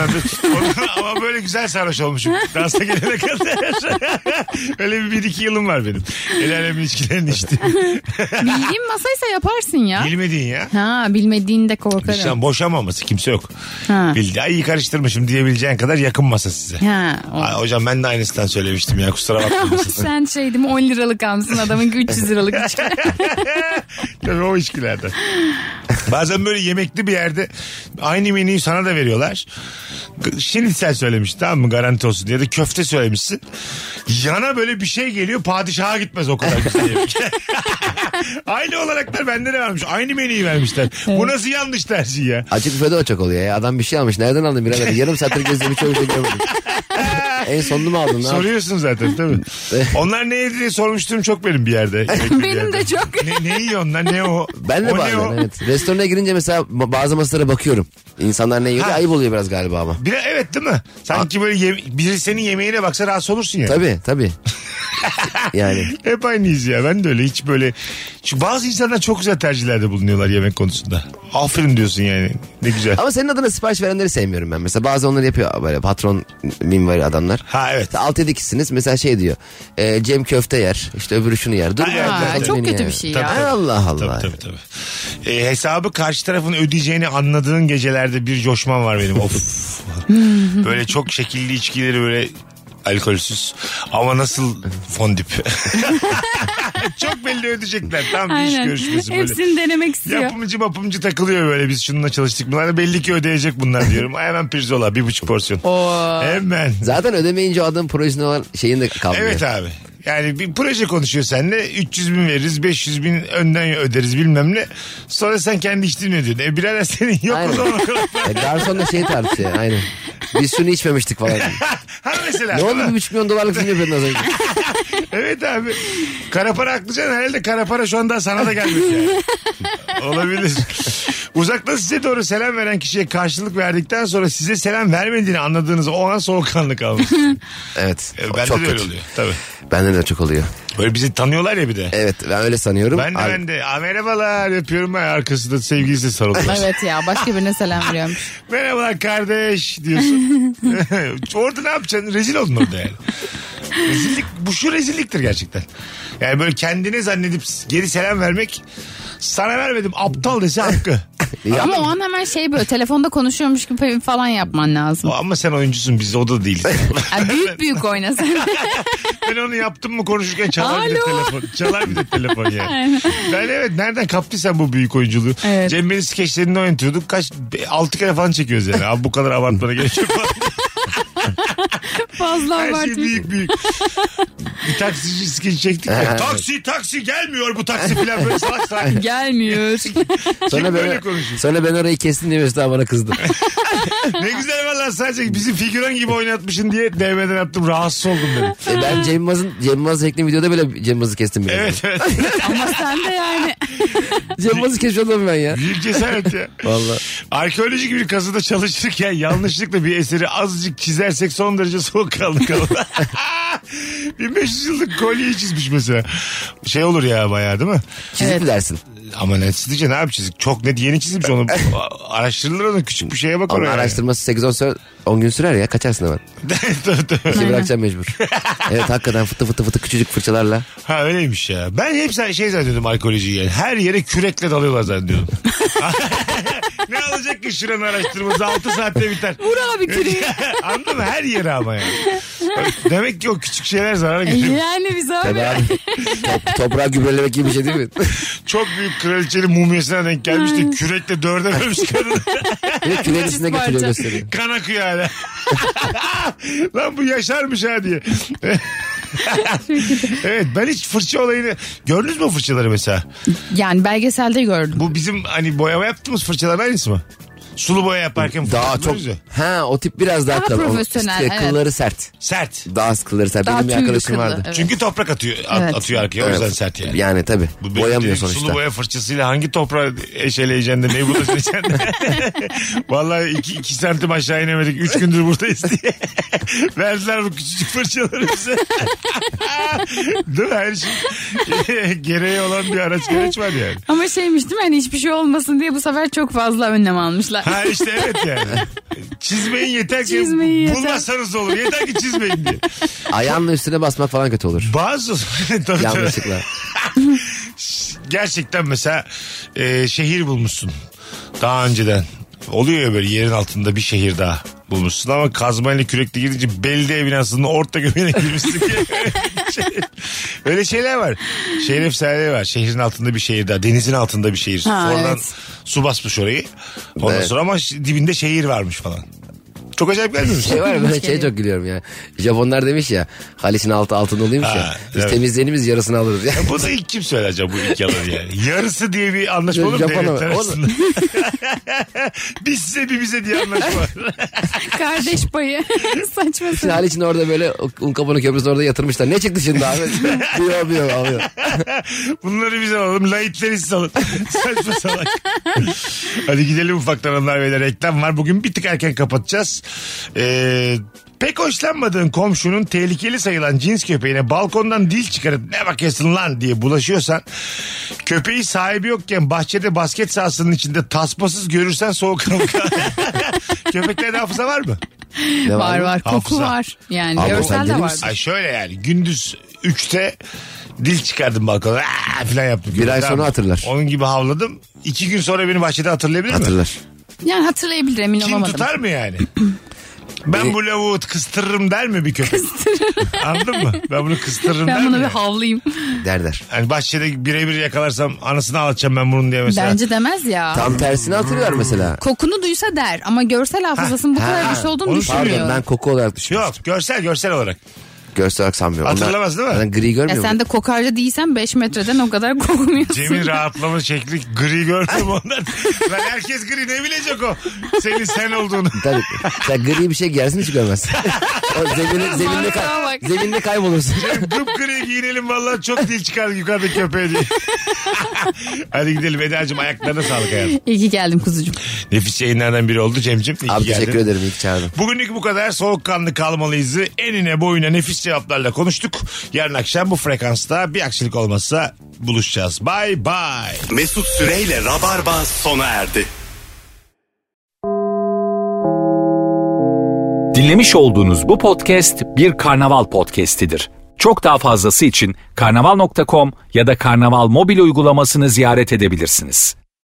ama böyle güzel sarhoş olmuşum dansa gelene kadar. Öyle bir 1-2 yılım var benim. El alemin içkilerini içtim. Bildiğin masaysa yaparsın ya. Bilmediğin ya. Ha, bilmediğinde korkarım. Sen boşanmaması kimse yok. Bildi. Ay iyi karıştırmışım diyebileceğin kadar yakın masa size. Ay, hocam ben de aynısından söylemiştim ya, kusura bakmayın. Sen şey değil mi, 10 liralık almışsın adamın 300 liralık içki. Tabii o içkilerden. Bazen böyle yemekli bir yerde aynı menüyü sana da veriyorlar. Şimdi sen söylemiş, tamam mı, garanti olsun diye de köfte söylemişsin. Yana böyle bir şey geliyor, padişaha gitmez o kadar güzel yemek. Aynı olaraklar bende de varmış. Aynı menüyü vermişler. Bu nasıl yanlış tercih ya? Açık büfede o çok oluyor ya. Adam bir şey almış. Nereden aldın birader? Yarım saattir gezdiğimi çok şey görmedim. En sonunu mu aldın? Soruyorsun zaten tabii. Onlar ne yedi diye sormuştum çok benim bir yerde. Benim de çok. Ne yiyor onlar, ne o? Ben de bazen evet. Restorana girince mesela bazı masalara bakıyorum. İnsanlar ne yiyor? Ayıp oluyor biraz galiba ama. Evet değil mi? Sanki böyle biri senin yemeğine baksa rahatsız olursun ya. Tabii. Yani. Hep aynıyız ya, ben de öyle hiç böyle. Çünkü bazı insanlar çok güzel tercihlerde bulunuyorlar yemek konusunda. Aferin diyorsun yani, ne güzel. Ama senin adına sipariş verenleri sevmiyorum ben. Mesela bazı onları yapıyor böyle patron minvari adamlar. Ha evet. 6-7 kişisiniz mesela şey diyor. Cem köfte yer, işte öbürü şunu yer. Dur çok kötü bir şey ya. Tabii. Allah. Tabii. Hesabı karşı tarafın ödeyeceğini anladığın gecelerde bir coşman var benim. Of. Böyle çok şekilli içkileri böyle alkolsüz ama nasıl fondip. Çok belli ödeyecekler. Tam bir iş görüşmesi böyle. Hepsini denemek istiyor. Yapımcı takılıyor böyle, biz şununla çalıştık. Bunlar da belli ki ödeyecek bunlar diyorum. Hemen pirzola 1,5 porsiyon. Hemen. Zaten ödemeyince o adamın projesinde olan şeyin de kalmıyor. Evet abi. Yani bir proje konuşuyor seninle, 300 bin veririz, 500 bin önden öderiz bilmem ne. Sonra sen kendi içtiğini ödüyorsun. Birader senin yok o zaman. Garson da şey tartışıyor aynen. Biz şunu içmemiştik falan. Ha mesela. Ne oldu, $1,5 milyon film yapıyordun az önce. Evet abi. Kara para haklayacaksın, herhalde kara para şu anda sana da gelmiş yani. Olabilir. Uzaktan size doğru selam veren kişiye karşılık verdikten sonra size selam vermediğini anladığınız o an soğukkanlı kalmış. Evet. Bende çok de öyle kötü. oluyor. Tabii. Bende de çok oluyor. Böyle bizi tanıyorlar ya bir de. Evet, ben öyle sanıyorum. Ben de merhabalar yapıyorum, ben arkasında sevgilisi sarılıyor. Evet ya, başka birine selam veriyormuş. Merhabalar kardeş diyorsun. Orada ne yapacaksın? Rezil oldun orada yani. Rezillik, bu şu rezilliktir gerçekten. Yani böyle kendini zannedip geri selam vermek, sana vermedim aptal dese hakkı. Ama o an hemen şey böyle telefonda konuşuyormuş gibi falan yapman lazım. Ama sen oyuncusun, biz o da değiliz. Büyük oyna sen. Ben onu yaptım mı konuşurken çalar bir de telefon. Çalar bir de telefon yani. Ben evet, nereden kaptıysan bu büyük oyunculuğu. Evet. Cem beni skeçlerinde oynatıyorduk. 6 kere falan çekiyoruz yani. Abi bu kadar abartmana gerek yok. Fazla her abartmış. şey büyük. Bir taksici skeç çektik ya. Taksi gelmiyor bu taksi falan böyle salak. Gelmiyor. Sonra ben orayı kestim diye Mesut bana kızdı. Ne güzel valla, sadece bizim figüran gibi oynatmışsın diye DM'den attım, rahatsız oldum dedim. Ben Cem Yılmaz'ı çektiğim videoda bile Cem Yılmaz'ı kestim biraz. Evet. Ama sen de yani. Cem Yılmaz'ı kesiyordum ben ya. Büyük cesaret ya. Valla. Arkeoloji gibi kazıda çalışırken yanlışlıkla bir eseri azıcık çizersek son derece soğukkanlı kalır. 1500 yıllık kolyeyi çizmiş mesela. Şey olur ya bayağı, değil mi? Çizik mi dersin? Ama ne çizince ne yap çizik? Çok net yeni çizmiş onu. Araştırılır onu, küçük bir şeye bak oraya. Onun araştırması 8-10 gün sürer ya, kaçarsın hemen. Tabii. Şey bırakacağım mecbur. Evet hakikaten fıtı küçücük fırçalarla. Ha öyleymiş ya. Ben hep şey zannediyordum arkeolojiyi yani. Her yere kürekle dalıyorlar zannediyordum. Ne alacak ki şuranın araştırması 6 saatte biter. Vur abi küreği. Anladın mı? Her yere ama yani. Demek ki o küçük şeyler zarar getiriyor. Yani biz abi. Tabii abi. Toprağı gübrelemek gibi bir şey değil mi? Çok büyük kraliçenin mumyasına denk gelmiş de kürekle 4'e bölmüş kadın. Küreğin üstüne getiriyor gösteriyor. Kan akıyor hala. Lan bu yaşarmış ha diye. Evet, ben hiç fırça olayını gördünüz mü, fırçaları mesela? Yani belgeselde gördüm. Bu bizim hani boyama yaptığımız fırçalar aynısı mı? Sulu boya yaparken Daha çok. O tip biraz daha kalın. profesyonel, evet. Kılları sert. Sert. Daha az kılları sert. Daha Benim bir tüylü arkadaşım kıllı, vardı. evet. Çünkü toprak atıyor arkaya. O yüzden sert yani. Yani tabii. Boyamıyor sonuçta. Sulu boya fırçasıyla hangi toprağı eşeleyeceksin de neyi bulaşacaksın de. Vallahi 2 santim aşağı inemedik. 3 gündür buradayız diye. Verdiler bu küçücük fırçaları bize. Değil mi? Her şey gereği olan bir araç var yani. Ama şeymiş değil mi? Hani hiçbir şey olmasın diye bu sefer çok fazla önlem almışlar. Ha işte evet yani. Çizmeyin yeter ki bulmazsanız olur. Yeter ki çizmeyin diye. Ayağınla üstüne basmak falan kötü olur. Bazı tabii, yanlışlıkla. Gerçekten mesela şehir bulmuşsun daha önceden. Oluyor ya böyle yerin altında bir şehir daha bulmuşsun ama kazmayla kürekle gidince belediye binasının orta göbeğine girmişsin. Öyle şeyler var. Şehir efsaneleri var. Şehrin altında bir şehir daha. Denizin altında bir şehir. Sonradan su basmış orayı. Ondan sonra ama dibinde şehir varmış falan. Çok acayip gelmiyor mu? Şey var ya ben çok gülüyorum ya. Japonlar demiş ya Haliç'in altı altın doluymuş ya. Biz temizleyenimiz yarısını alırız ya. Bu da ilk kim söyledi acaba bu ilk yalan yani? Yarısı diye bir anlaşma olur mu devletler arasında? Biz size bir bize diye anlaşma var. Kardeş payı. Saçma sapan. Haliç'in orada böyle Unkapanı köprüsü orada yatırmışlar. Ne çıktı şimdi abi? Alıyor. Bunları bize alalım. Layıkları siz alın. Saçma salak. Hadi gidelim ufaktan hanımlar beyler. Reklam var. Bugün bir tık erken kapatacağız. Pek hoşlanmadığın komşunun tehlikeli sayılan cins köpeğine balkondan dil çıkarıp ne bakıyorsun lan diye bulaşıyorsan, köpeği sahibi yokken bahçede basket sahasının içinde tasmasız görürsen soğukkanlı. Köpeklerde hafıza var mı? Var. Koku Hafıza. var. Yani görsel de var. Ay şöyle yani gündüz 3'te dil çıkardım balkona falan yaptım. Bir ay sonra hatırlar. Onun gibi havladım. 2 gün sonra beni bahçede hatırlayabilir mi? Hatırlar. Yani hatırlayabilir, emin olamadım. Kim tutar mı yani? Ben bu lavuğu kıstırırım der mi bir köpek? Anladın mı? Ben bunu kıstırırım der mi? Ben buna bir yani? havlayayım. Der. Hani bahçede birebir yakalarsam anasını ağlatacağım ben bunun diye mesela. Bence demez ya. Tam tersini hatırlıyor mesela. Kokunu duysa der ama görsel hafızasının bu kadar güçlü olduğunu düşünmüyor. Pardon ben koku olarak düşünüyorum. Yok görsel olarak. Görsel olarak sanmıyorum. Hatırlamaz değil mi? Ben gri görmüyor Ya sen de kokarca değilsen 5 metreden o kadar kokmuyorsun. Cem'in rahatlama şekli gri görmüyor mu ondan? Ben herkes gri ne bilecek o? Senin sen olduğunu. Tabii. Sen gri bir şey giyersin hiç görmezsin. O zeminde kaybolursun. Gri giyinelim vallahi çok dil çıkardık yukarıdaki köpeğe diye. Hadi gidelim Eda'cığım ayaklarına sağlık hayatım. İyi ki geldim kuzucuğum. Nefis yayınlardan biri oldu Cem'cim. Abi teşekkür ederim iyi ki çağırdın. Bugünlük bu kadar. Soğukkanlı kalmalıyızı enine boyuna nefis cevaplarla konuştuk. Yarın akşam bu frekansta bir aksilik olmazsa buluşacağız. Bye bye. Mesut Süreyle Rabarba sona erdi. Dinlemiş olduğunuz bu podcast bir karnaval podcastidir. Çok daha fazlası için karnaval.com ya da karnaval mobil uygulamasını ziyaret edebilirsiniz.